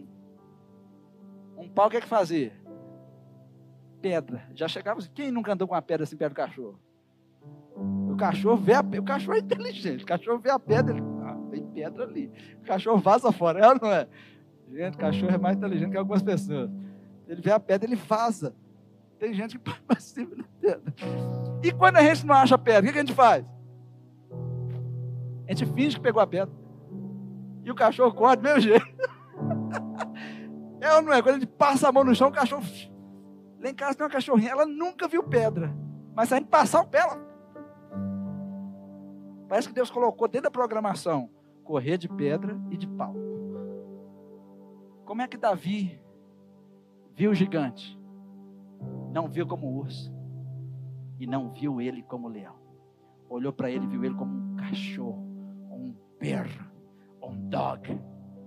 um pau, o que é que fazia? Pedra. Já chegava. Quem nunca andou com uma pedra assim perto do cachorro? O cachorro vê o cachorro é inteligente. O cachorro vê a pedra, tem pedra ali. O cachorro vaza fora, ela não é? Gente, o cachorro é mais inteligente que algumas pessoas. Ele vê a pedra, ele vaza. Tem gente que põe cima na pedra. E quando a gente não acha a pedra, o que a gente faz? A gente finge que pegou a pedra. E o cachorro corre do mesmo jeito. É ou não é? Quando a gente passa a mão no chão, o cachorro... Lá em casa tem uma cachorrinha, ela nunca viu pedra. Mas se a gente passar o pé, ela... Parece que Deus colocou dentro da programação correr de pedra e de pau. Como é que Davi viu o gigante? Não viu como urso. E não viu ele como leão. Olhou para ele e viu ele como um cachorro, um perro, um dog.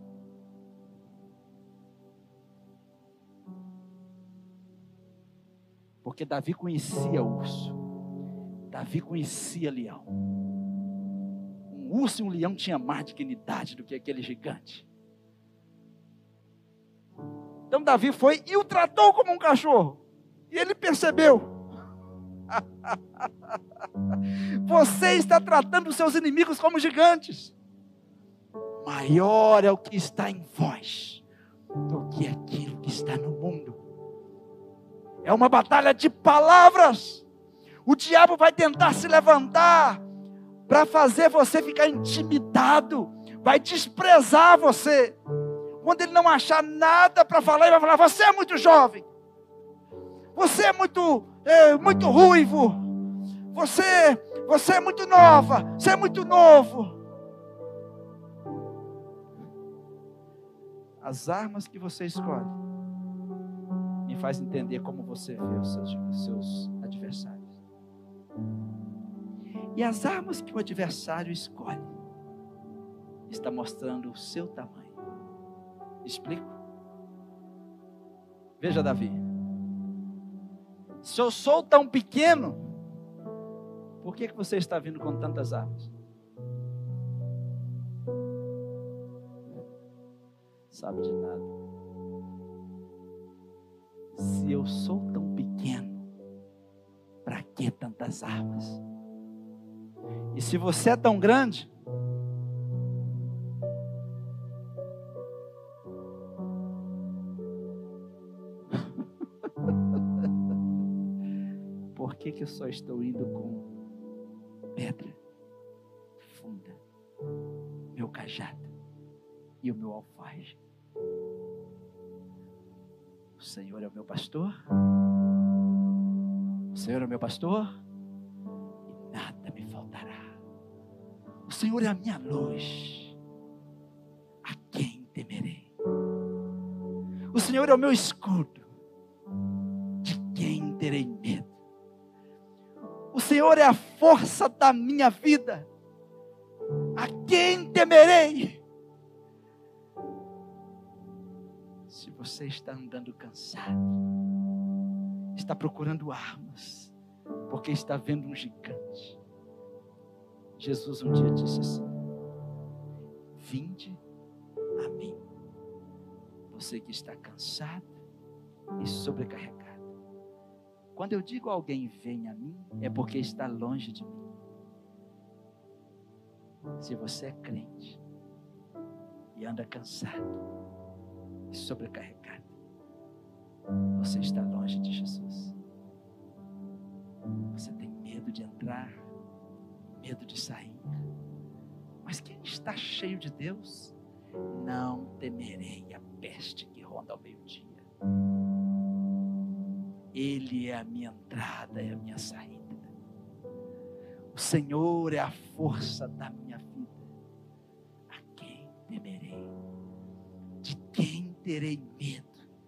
Porque Davi conhecia urso. Davi conhecia leão. Um urso e um leão tinham mais dignidade do que aquele gigante. Então Davi foi e o tratou como um cachorro. E ele percebeu. Você está tratando os seus inimigos como gigantes. Maior é o que está em vós do que aquilo que está no mundo. É uma batalha de palavras. O diabo vai tentar se levantar para fazer você ficar intimidado, vai desprezar você. Quando ele não achar nada para falar, ele vai falar: você é muito jovem, você é muito ruivo, você é muito nova, você é muito novo. As armas que você escolhe me faz entender como você vê os seus adversários. E as armas que o adversário escolhe está mostrando o seu tamanho. Explico? Veja, Davi. Se eu sou tão pequeno, por que você está vindo com tantas armas? Sabe de nada. Se eu sou tão pequeno, para que tantas armas? E se você é tão grande, por que eu só estou indo com pedra, funda, meu cajado e o meu alforje? O Senhor é o meu pastor, o Senhor é o meu pastor, e nada me faltará. O Senhor é a minha luz, a quem temerei? O Senhor é o meu escudo, de quem terei medo? O Senhor é a força da minha vida, a quem temerei? Se você está andando cansado, está procurando armas, porque está vendo um gigante. Jesus um dia disse assim: vinde a mim, você que está cansado e sobrecarregado. Quando eu digo a alguém vem a mim, é porque está longe de mim. Se você é crente e anda cansado e sobrecarregado, você está longe de Jesus. Você tem medo de entrar, medo de sair. Mas quem está cheio de Deus, não temerei a peste que ronda ao meio-dia. Ele é a minha entrada e a minha saída. O Senhor é a força da minha vida. A quem temerei? De quem terei medo?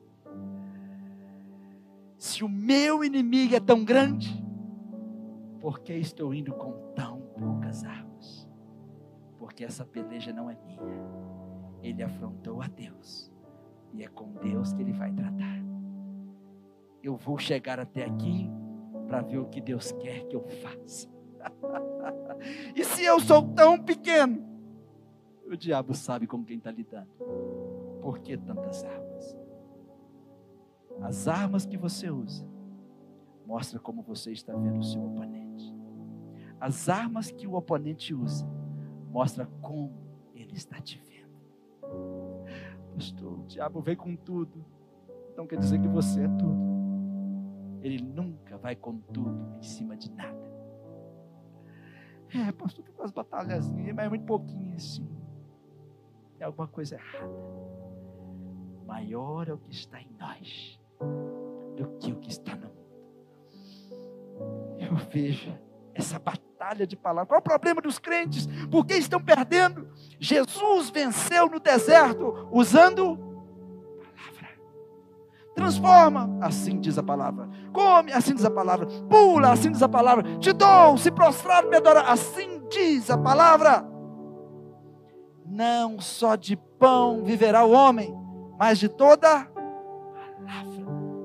Se o meu inimigo é tão grande, por que estou indo com tão poucas armas? Porque essa peleja não é minha. Ele afrontou a Deus, e é com Deus que ele vai tratar. Eu vou chegar até aqui para ver o que Deus quer que eu faça. E se eu sou tão pequeno, o diabo sabe com quem está lidando. Por que tantas armas? As armas que você usa mostram como você está vendo o seu oponente. As armas que o oponente usa mostram como ele está te vendo. Pastor, o diabo vem com tudo, então quer dizer que você é tudo. Ele nunca vai com tudo em cima de nada. Pastor, tem umas batalhazinhas, mas é muito pouquinho assim. Tem alguma coisa errada. Maior é o que está em nós do que o que está no mundo. Eu vejo essa batalha de palavras. Qual é o problema dos crentes? Por que estão perdendo? Jesus venceu no deserto usando palavra. Transforma, assim diz a palavra. Come, assim diz a palavra. Pula, assim diz a palavra. Te dou, se prostrar, me adorar, assim diz a palavra. Não só de pão viverá o homem, mas de toda palavra.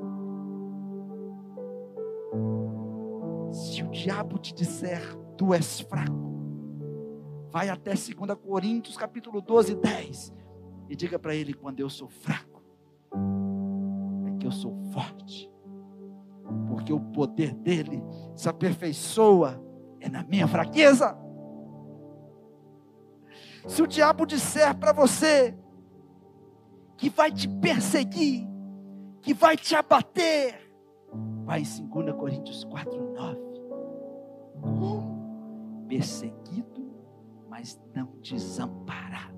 Se o diabo te disser, tu és fraco, vai até 2 Coríntios capítulo 12, 10, e diga para ele: quando eu sou fraco, é que eu sou forte, porque o poder dele se aperfeiçoa é na minha fraqueza. Se o diabo disser para você que vai te perseguir, que vai te abater, vai em 2 Coríntios 4, 9. Como? Perseguido, mas não desamparado.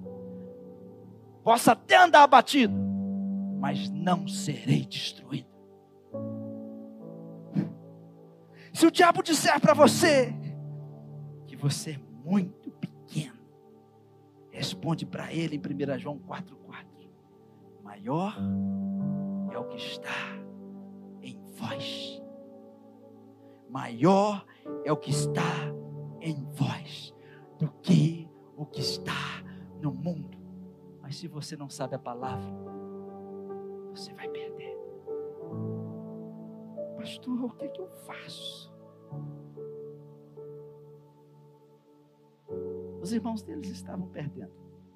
Posso até andar abatido, mas não serei destruído. Se o diabo disser para você que você é muito pequeno, responde para ele em 1 João 4,4. Maior é o que está em vós. Maior é o que está em vós do que o que está no mundo, mas se você não sabe a palavra, você vai perder. Pastor, o que eu faço? Os irmãos deles estavam perdendo.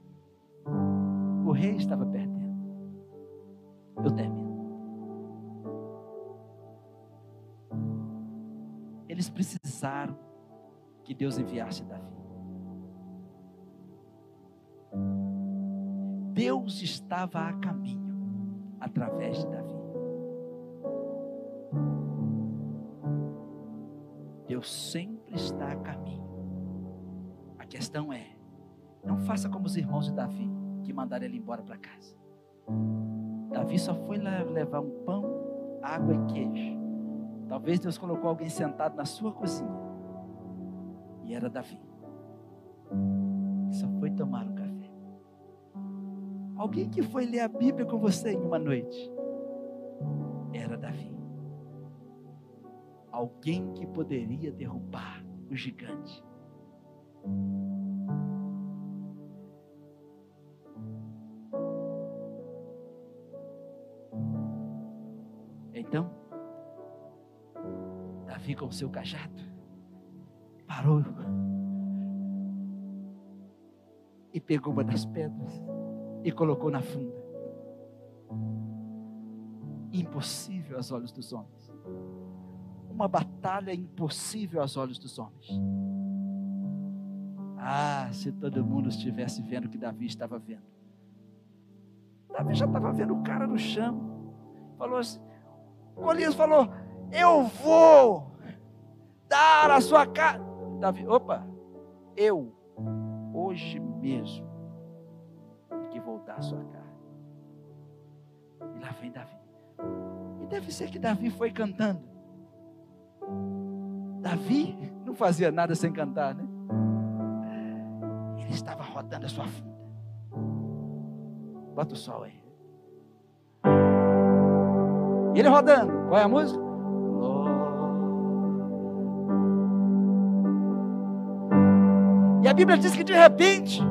O rei estava perdendo. Eu termino. Eles precisaram que Deus enviasse Davi. Deus estava a caminho através de Davi. Deus sempre está a caminho. A questão é, não faça como os irmãos de Davi, que mandaram ele embora para casa. Davi só foi lá levar um pão, água e queijo. Talvez Deus colocou alguém sentado na sua cozinha. E era Davi. Que só foi tomar um café. Alguém que foi ler a Bíblia com você em uma noite. Era Davi. Alguém que poderia derrubar o gigante. Então, Davi com o seu cajado parou e pegou uma das pedras e colocou na funda. Impossível aos olhos dos homens. Uma batalha impossível aos olhos dos homens. Ah, se todo mundo estivesse vendo o que Davi estava vendo. Davi já estava vendo o cara no chão. Falou assim, Golias falou, eu vou dar a sua cara. Davi, opa, eu hoje mesmo que vou dar a sua cara. E lá vem Davi. E deve ser que Davi foi cantando. Davi não fazia nada sem cantar, né? Ele estava rodando a sua funda. Bota o sol aí. E ele rodando. Qual é a música? E a Bíblia diz que de repente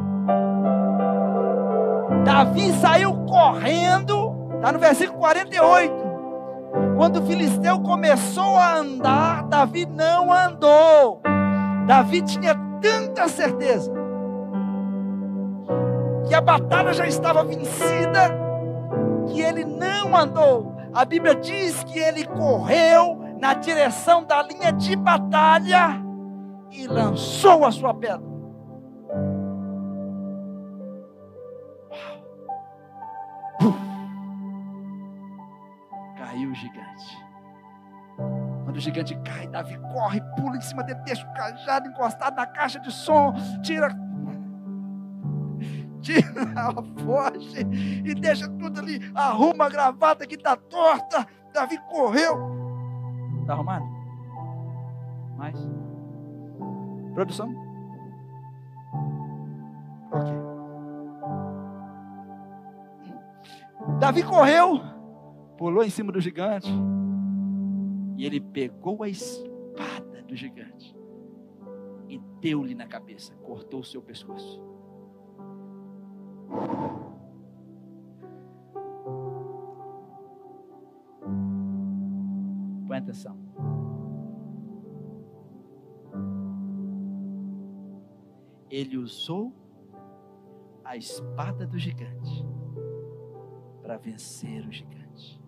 Davi saiu correndo. Está no versículo 48. Quando o filisteu começou a andar, Davi não andou. Davi tinha tanta certeza que a batalha já estava vencida, que ele não andou. A Bíblia diz que ele correu na direção da linha de batalha e lançou a sua pedra. Caiu o gigante. Quando o gigante cai, Davi corre, pula em cima dele, deixa o cajado encostado na caixa de som, tira a foice e deixa tudo ali, arruma a gravata que está torta. Davi correu. Está arrumado? Mais? Produção? Ok. Davi correu, pulou em cima do gigante e ele pegou a espada do gigante e deu-lhe na cabeça, cortou o seu pescoço. Põe atenção. Ele usou a espada do gigante para vencer o gigante.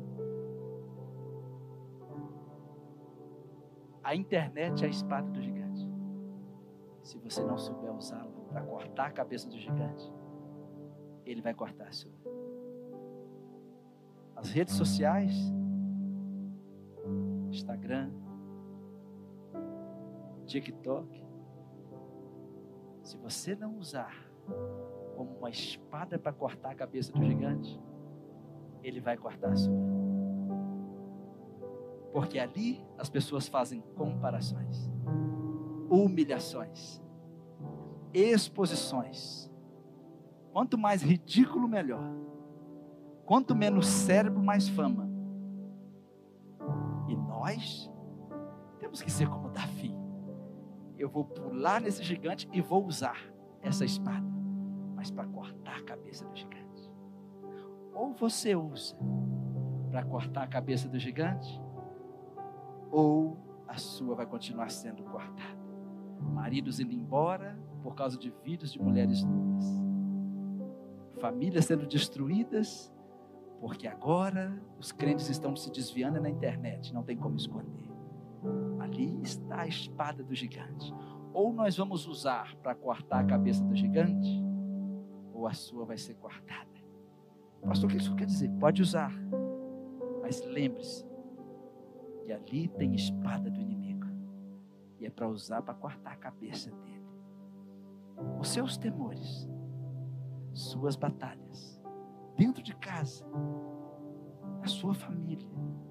A internet é a espada do gigante. Se você não souber usá-la para cortar a cabeça do gigante, ele vai cortar a sua. As redes sociais, Instagram, TikTok, se você não usar como uma espada para cortar a cabeça do gigante, ele vai cortar a sua. Porque ali as pessoas fazem comparações, humilhações, exposições. Quanto mais ridículo, melhor. Quanto menos cérebro, mais fama. E nós temos que ser como Davi. Eu vou pular nesse gigante e vou usar essa espada. Mas cabeça do gigante. Ou você usa para cortar a cabeça do gigante, ou a sua vai continuar sendo cortada. Maridos indo embora por causa de vídeos de mulheres nuas. Famílias sendo destruídas, porque agora os crentes estão se desviando na internet, não tem como esconder. Ali está a espada do gigante. Ou nós vamos usar para cortar a cabeça do gigante, ou a sua vai ser cortada. Pastor, o que isso quer dizer? Pode usar, mas lembre-se que ali tem espada do inimigo, e é para usar para cortar a cabeça dele. Os seus temores, suas batalhas, dentro de casa, a sua família,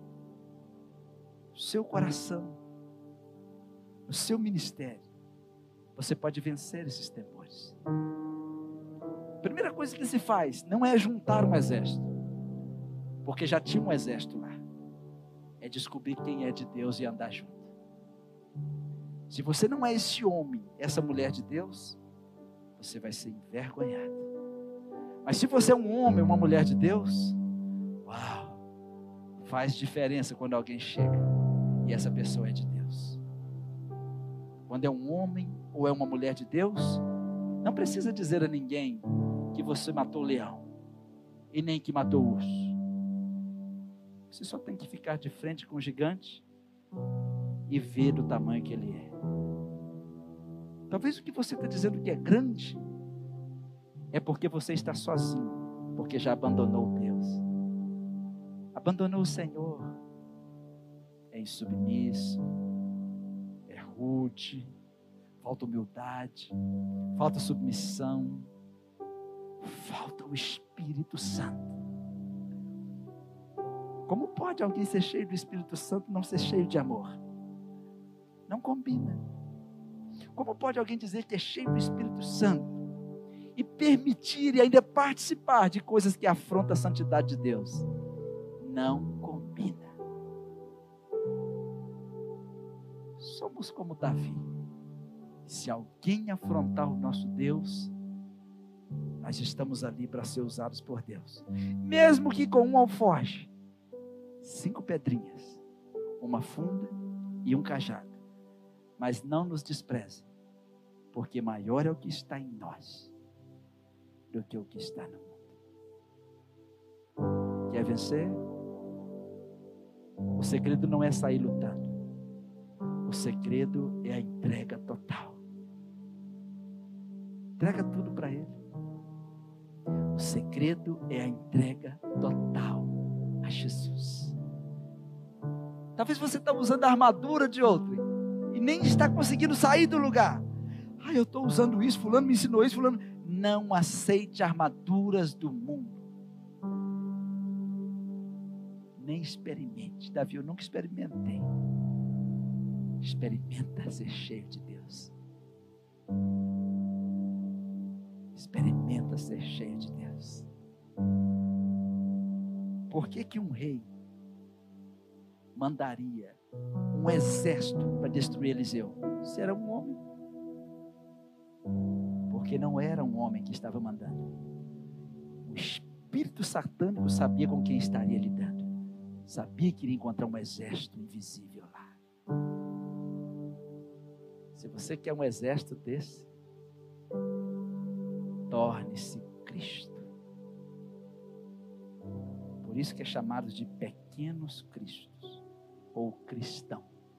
o seu coração, o seu ministério, você pode vencer esses temores. A primeira coisa que se faz não é juntar um exército, porque já tinha um exército lá. É descobrir quem é de Deus e andar junto. Se você não é esse homem, essa mulher de Deus, você vai ser envergonhado. Mas se você é um homem, uma mulher de Deus, uau, faz diferença quando alguém chega e essa pessoa é de Deus. Quando é um homem ou é uma mulher de Deus, não precisa dizer a ninguém que você matou o leão e nem que matou o urso. Você só tem que ficar de frente com o gigante e ver do tamanho que ele é. Talvez o que você está dizendo que é grande é porque você está sozinho, porque já abandonou Deus, abandonou o Senhor, é insubmisso, é rude, falta humildade, falta submissão, falta o Espírito Santo. Como pode alguém ser cheio do Espírito Santo e não ser cheio de amor? Não combina. Como pode alguém dizer que é cheio do Espírito Santo e permitir e ainda participar de coisas que afrontam a santidade de Deus? Não combina. Somos como Davi. Se alguém afrontar o nosso Deus, nós estamos ali para ser usados por Deus. Mesmo que com um alforje, 5 pedrinhas, uma funda e um cajado. Mas não nos despreze, porque maior é o que está em nós do que o que está no mundo. Quer vencer? O segredo não é sair lutando. O segredo é a entrega total. Entrega tudo para Ele. O segredo é a entrega total a Jesus. Talvez você está usando a armadura de outro e nem está conseguindo sair do lugar. Eu estou usando isso, fulano me ensinou isso, fulano. Não aceite armaduras do mundo. Nem experimente. Davi, eu nunca experimentei. Experimenta ser cheio de Deus. Experimenta ser cheio de Deus. Por que um rei mandaria um exército para destruir Eliseu? Se era um homem. Porque não era um homem que estava mandando. O espírito satânico sabia com quem estaria lidando. Sabia que iria encontrar um exército invisível lá. Se você quer um exército desse, torne-se Cristo. Por isso que é chamado de pequenos cristos, ou cristão.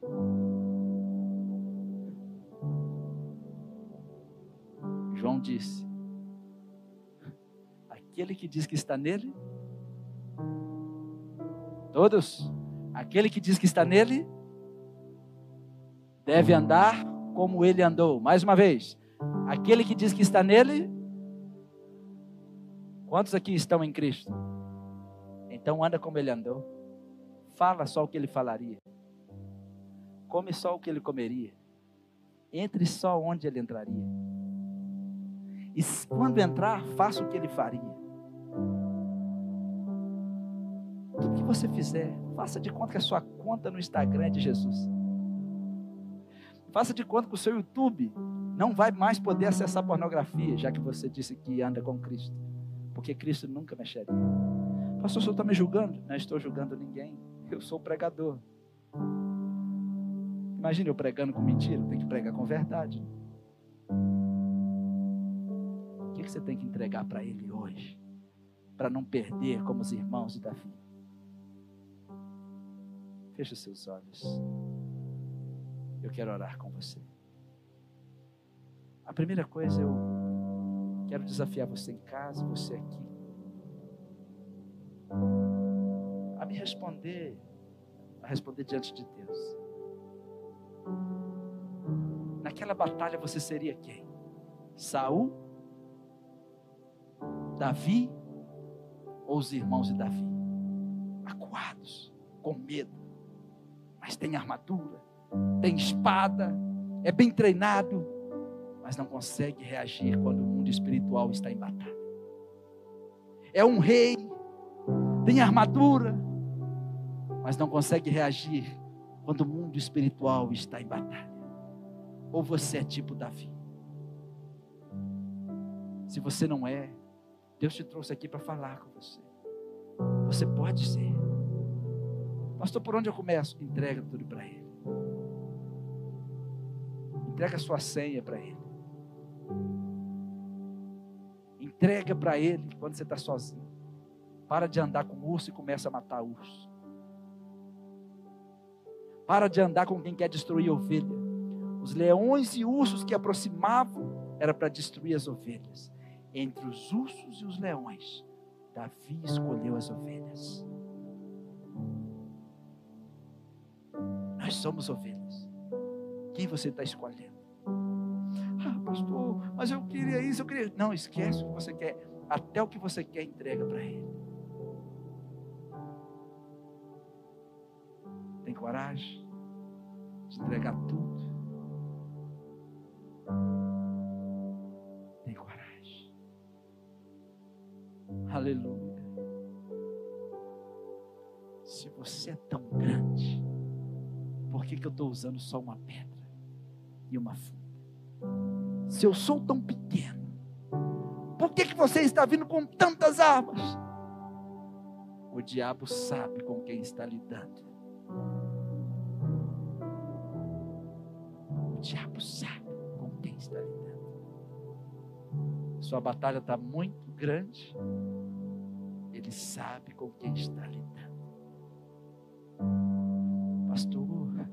João disse: aquele que diz que está nele, todos, aquele que diz que está nele, deve andar como ele andou. Mais uma vez, aquele que diz que está nele, quantos aqui estão em Cristo? Então anda como ele andou, fala só o que ele falaria, come só o que ele comeria, entre só onde ele entraria, e quando entrar, faça o que ele faria. Tudo que você fizer, faça de conta que a sua conta no Instagram é de Jesus. Faça de conta que o seu YouTube não vai mais poder acessar pornografia, já que você disse que anda com Cristo. porque Cristo nunca mexeria. Pastor, o senhor está me julgando? Não estou julgando ninguém, eu sou pregador. Imagina eu pregando com mentira, tem que pregar com verdade. O que você tem que entregar para Ele hoje, para não perder como os irmãos de Davi? Feche os seus olhos. Eu quero orar com você. A primeira coisa, eu quero desafiar você em casa, você aqui, a me responder, a responder diante de Deus. Naquela batalha você seria quem? Saul? Davi? Ou os irmãos de Davi? Acuados, com medo, mas tem armadura, tem espada, é bem treinado, mas não consegue reagir quando o mundo espiritual está em batalha. É um rei, tem armadura, mas não consegue reagir quando o mundo espiritual está em batalha. Ou você é tipo Davi? Se você não é, Deus te trouxe aqui para falar com você. Você pode ser. Pastor, por onde eu começo? Entrega tudo para Ele. Entrega a sua senha para Ele. Entrega para Ele quando você está sozinho. Para de andar com urso e começa a matar urso. Para de andar com quem quer destruir ovelha. Os leões e ursos que aproximavam era para destruir as ovelhas. Entre os ursos e os leões, Davi escolheu as ovelhas. Nós somos ovelhas. Quem você está escolhendo? Ah, pastor, mas eu queria isso, eu queria... Não, esquece o que você quer. Até o que você quer, entrega para Ele. Tem coragem de entregar tudo? Tem coragem. Aleluia. Se você é tão grande, por que eu estou usando só uma pedra e uma funda? Se eu sou tão pequeno, por que você está vindo com tantas armas? O diabo sabe com quem está lidando. O diabo sabe com quem está lidando. Sua batalha está muito grande. Ele sabe com quem está lidando. Pastor,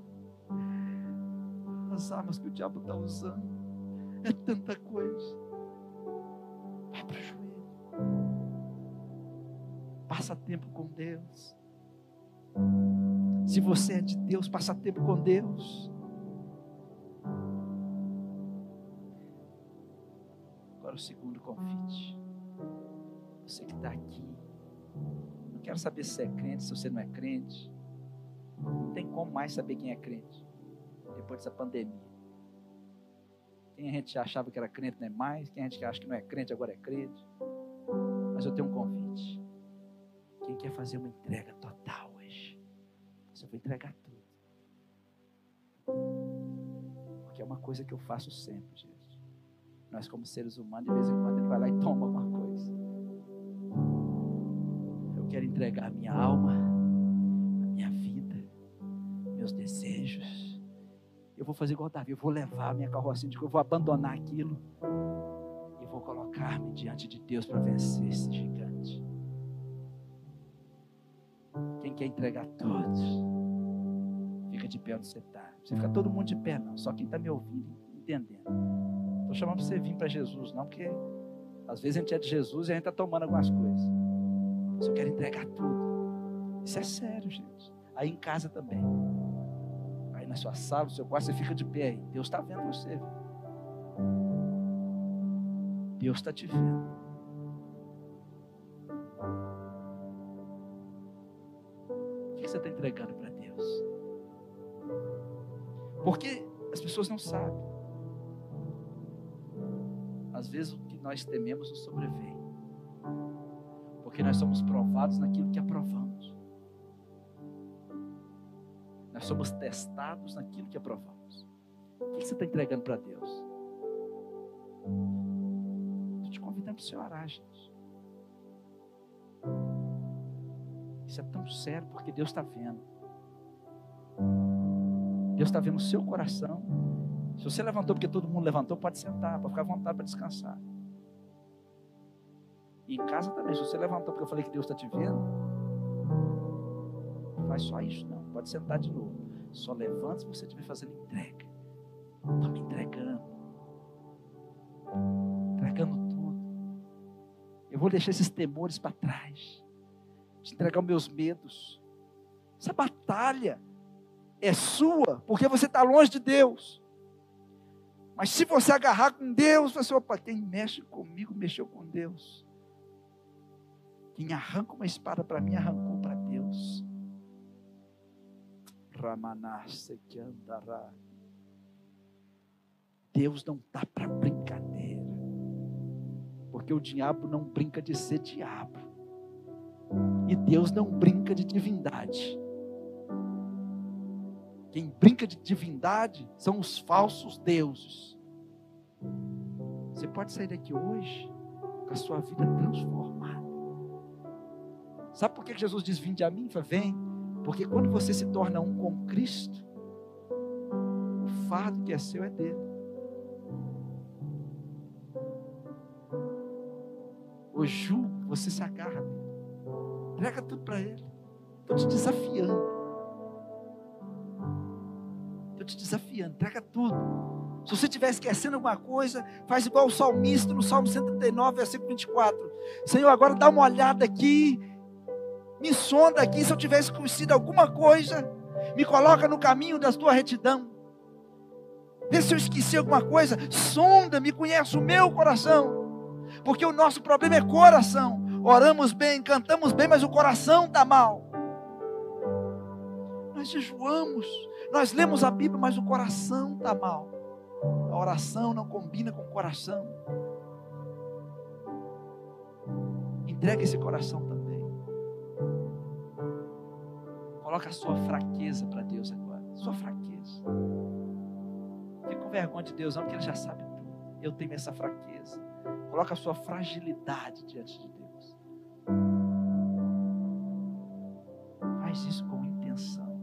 as armas que o diabo está usando é tanta coisa. Vai para o joelho. Passa tempo com Deus. Se você é de Deus, passa tempo com Deus. Agora o segundo convite. Você que está aqui, não quero saber se é crente, se você não é crente. Não tem como mais saber quem é crente depois dessa pandemia. Quem a gente achava que era crente não é mais, quem a gente acha que não é crente agora é crente. Mas eu tenho um convite. Quem quer fazer uma entrega total hoje? Eu vou entregar tudo. Porque é uma coisa que eu faço sempre, gente. Nós como seres humanos, de vez em quando, ele vai lá e toma alguma coisa. Eu quero entregar a minha alma, a minha vida, meus desejos. Eu vou fazer igual Davi, eu vou levar a minha carrocinha, eu vou abandonar aquilo e vou colocar-me diante de Deus para vencer esse gigante. Quem quer entregar todos, fica de pé onde você está. Não precisa ficar todo mundo de pé, não. Só quem está me ouvindo, entendendo. Estou chamando para você vir para Jesus, não, porque às vezes a gente é de Jesus e a gente está tomando algumas coisas. Mas eu quero entregar tudo. Isso é sério, gente. Aí em casa também. Aí na sua sala, no seu quarto, você fica de pé aí. Deus está vendo você. Deus está te vendo. O que você está entregando para Deus? Porque as pessoas não sabem. Às vezes o que nós tememos nos sobrevém. Porque nós somos provados naquilo que aprovamos. Nós somos testados naquilo que aprovamos. O que você está entregando para Deus? Estou te convidando para você orar, gente. Isso é tão sério, porque Deus está vendo. Deus está vendo o seu coração. Se você levantou porque todo mundo levantou, pode sentar, pode ficar à vontade para descansar. E em casa também, se você levantou porque eu falei que Deus está te vendo, não faz só isso não, pode sentar de novo. Só levanta se você estiver fazendo entrega. Estou me entregando tudo. Eu vou deixar esses temores para trás, te entregar os meus medos. Essa batalha é sua, porque você está longe de Deus. Mas se você agarrar com Deus, você, opa, quem mexe comigo, mexeu com Deus. Quem arranca uma espada para mim, arrancou para Deus. Deus não está para brincadeira. Porque o diabo não brinca de ser diabo. E Deus não brinca de divindade. Quem brinca de divindade são os falsos deuses. Você pode sair daqui hoje com a sua vida transformada. Sabe por que Jesus diz: vinde a mim? Fala, vem. Porque quando você se torna um com Cristo, o fardo que é seu é dele. O jugo, você se agarra nele. Entrega tudo para ele. Estou te desafiando. Entrega tudo. Se você estiver esquecendo alguma coisa, faz igual o salmista no Salmo 139, versículo 24. Senhor, agora dá uma olhada aqui, me sonda aqui, se eu tivesse esquecido alguma coisa, me coloca no caminho da tua retidão. Vê se eu esqueci alguma coisa, sonda, me conhece o meu coração, porque o nosso problema é coração. Oramos bem, cantamos bem, mas o coração está mal. Nós jejuamos, nós lemos a Bíblia, mas o coração está mal. A oração não combina com o coração. Entrega esse coração também. Coloca a sua fraqueza para Deus agora. Sua fraqueza. Fica com vergonha de Deus não, porque Ele já sabe tudo. Eu tenho essa fraqueza. Coloca a sua fragilidade diante de Deus. Faz isso com intenção.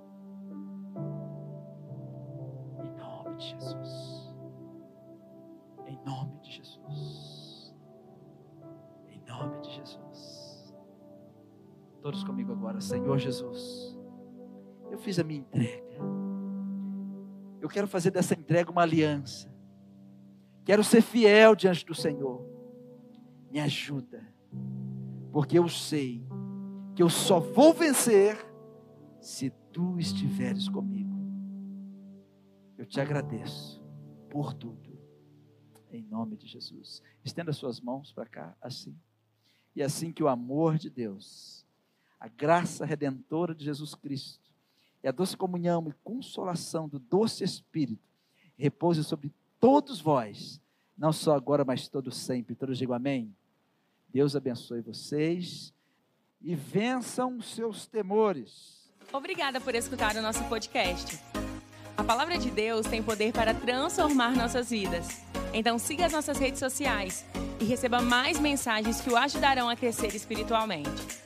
Em nome de Jesus. Em nome de Jesus. Em nome de Jesus. Todos comigo agora. Senhor Jesus, eu fiz a minha entrega. Eu quero fazer dessa entrega uma aliança. Quero ser fiel diante do Senhor. Me ajuda. Porque eu sei que eu só vou vencer se tu estiveres comigo. Eu te agradeço por tudo. Em nome de Jesus. Estenda suas mãos para cá, assim. E assim que o amor de Deus, a graça redentora de Jesus Cristo, e a doce comunhão e consolação do doce Espírito, repouse sobre todos vós, não só agora, mas todos sempre. Todos digam amém. Deus abençoe vocês e vençam os seus temores. Obrigada por escutar o nosso podcast. A palavra de Deus tem poder para transformar nossas vidas. Então siga as nossas redes sociais e receba mais mensagens que o ajudarão a crescer espiritualmente.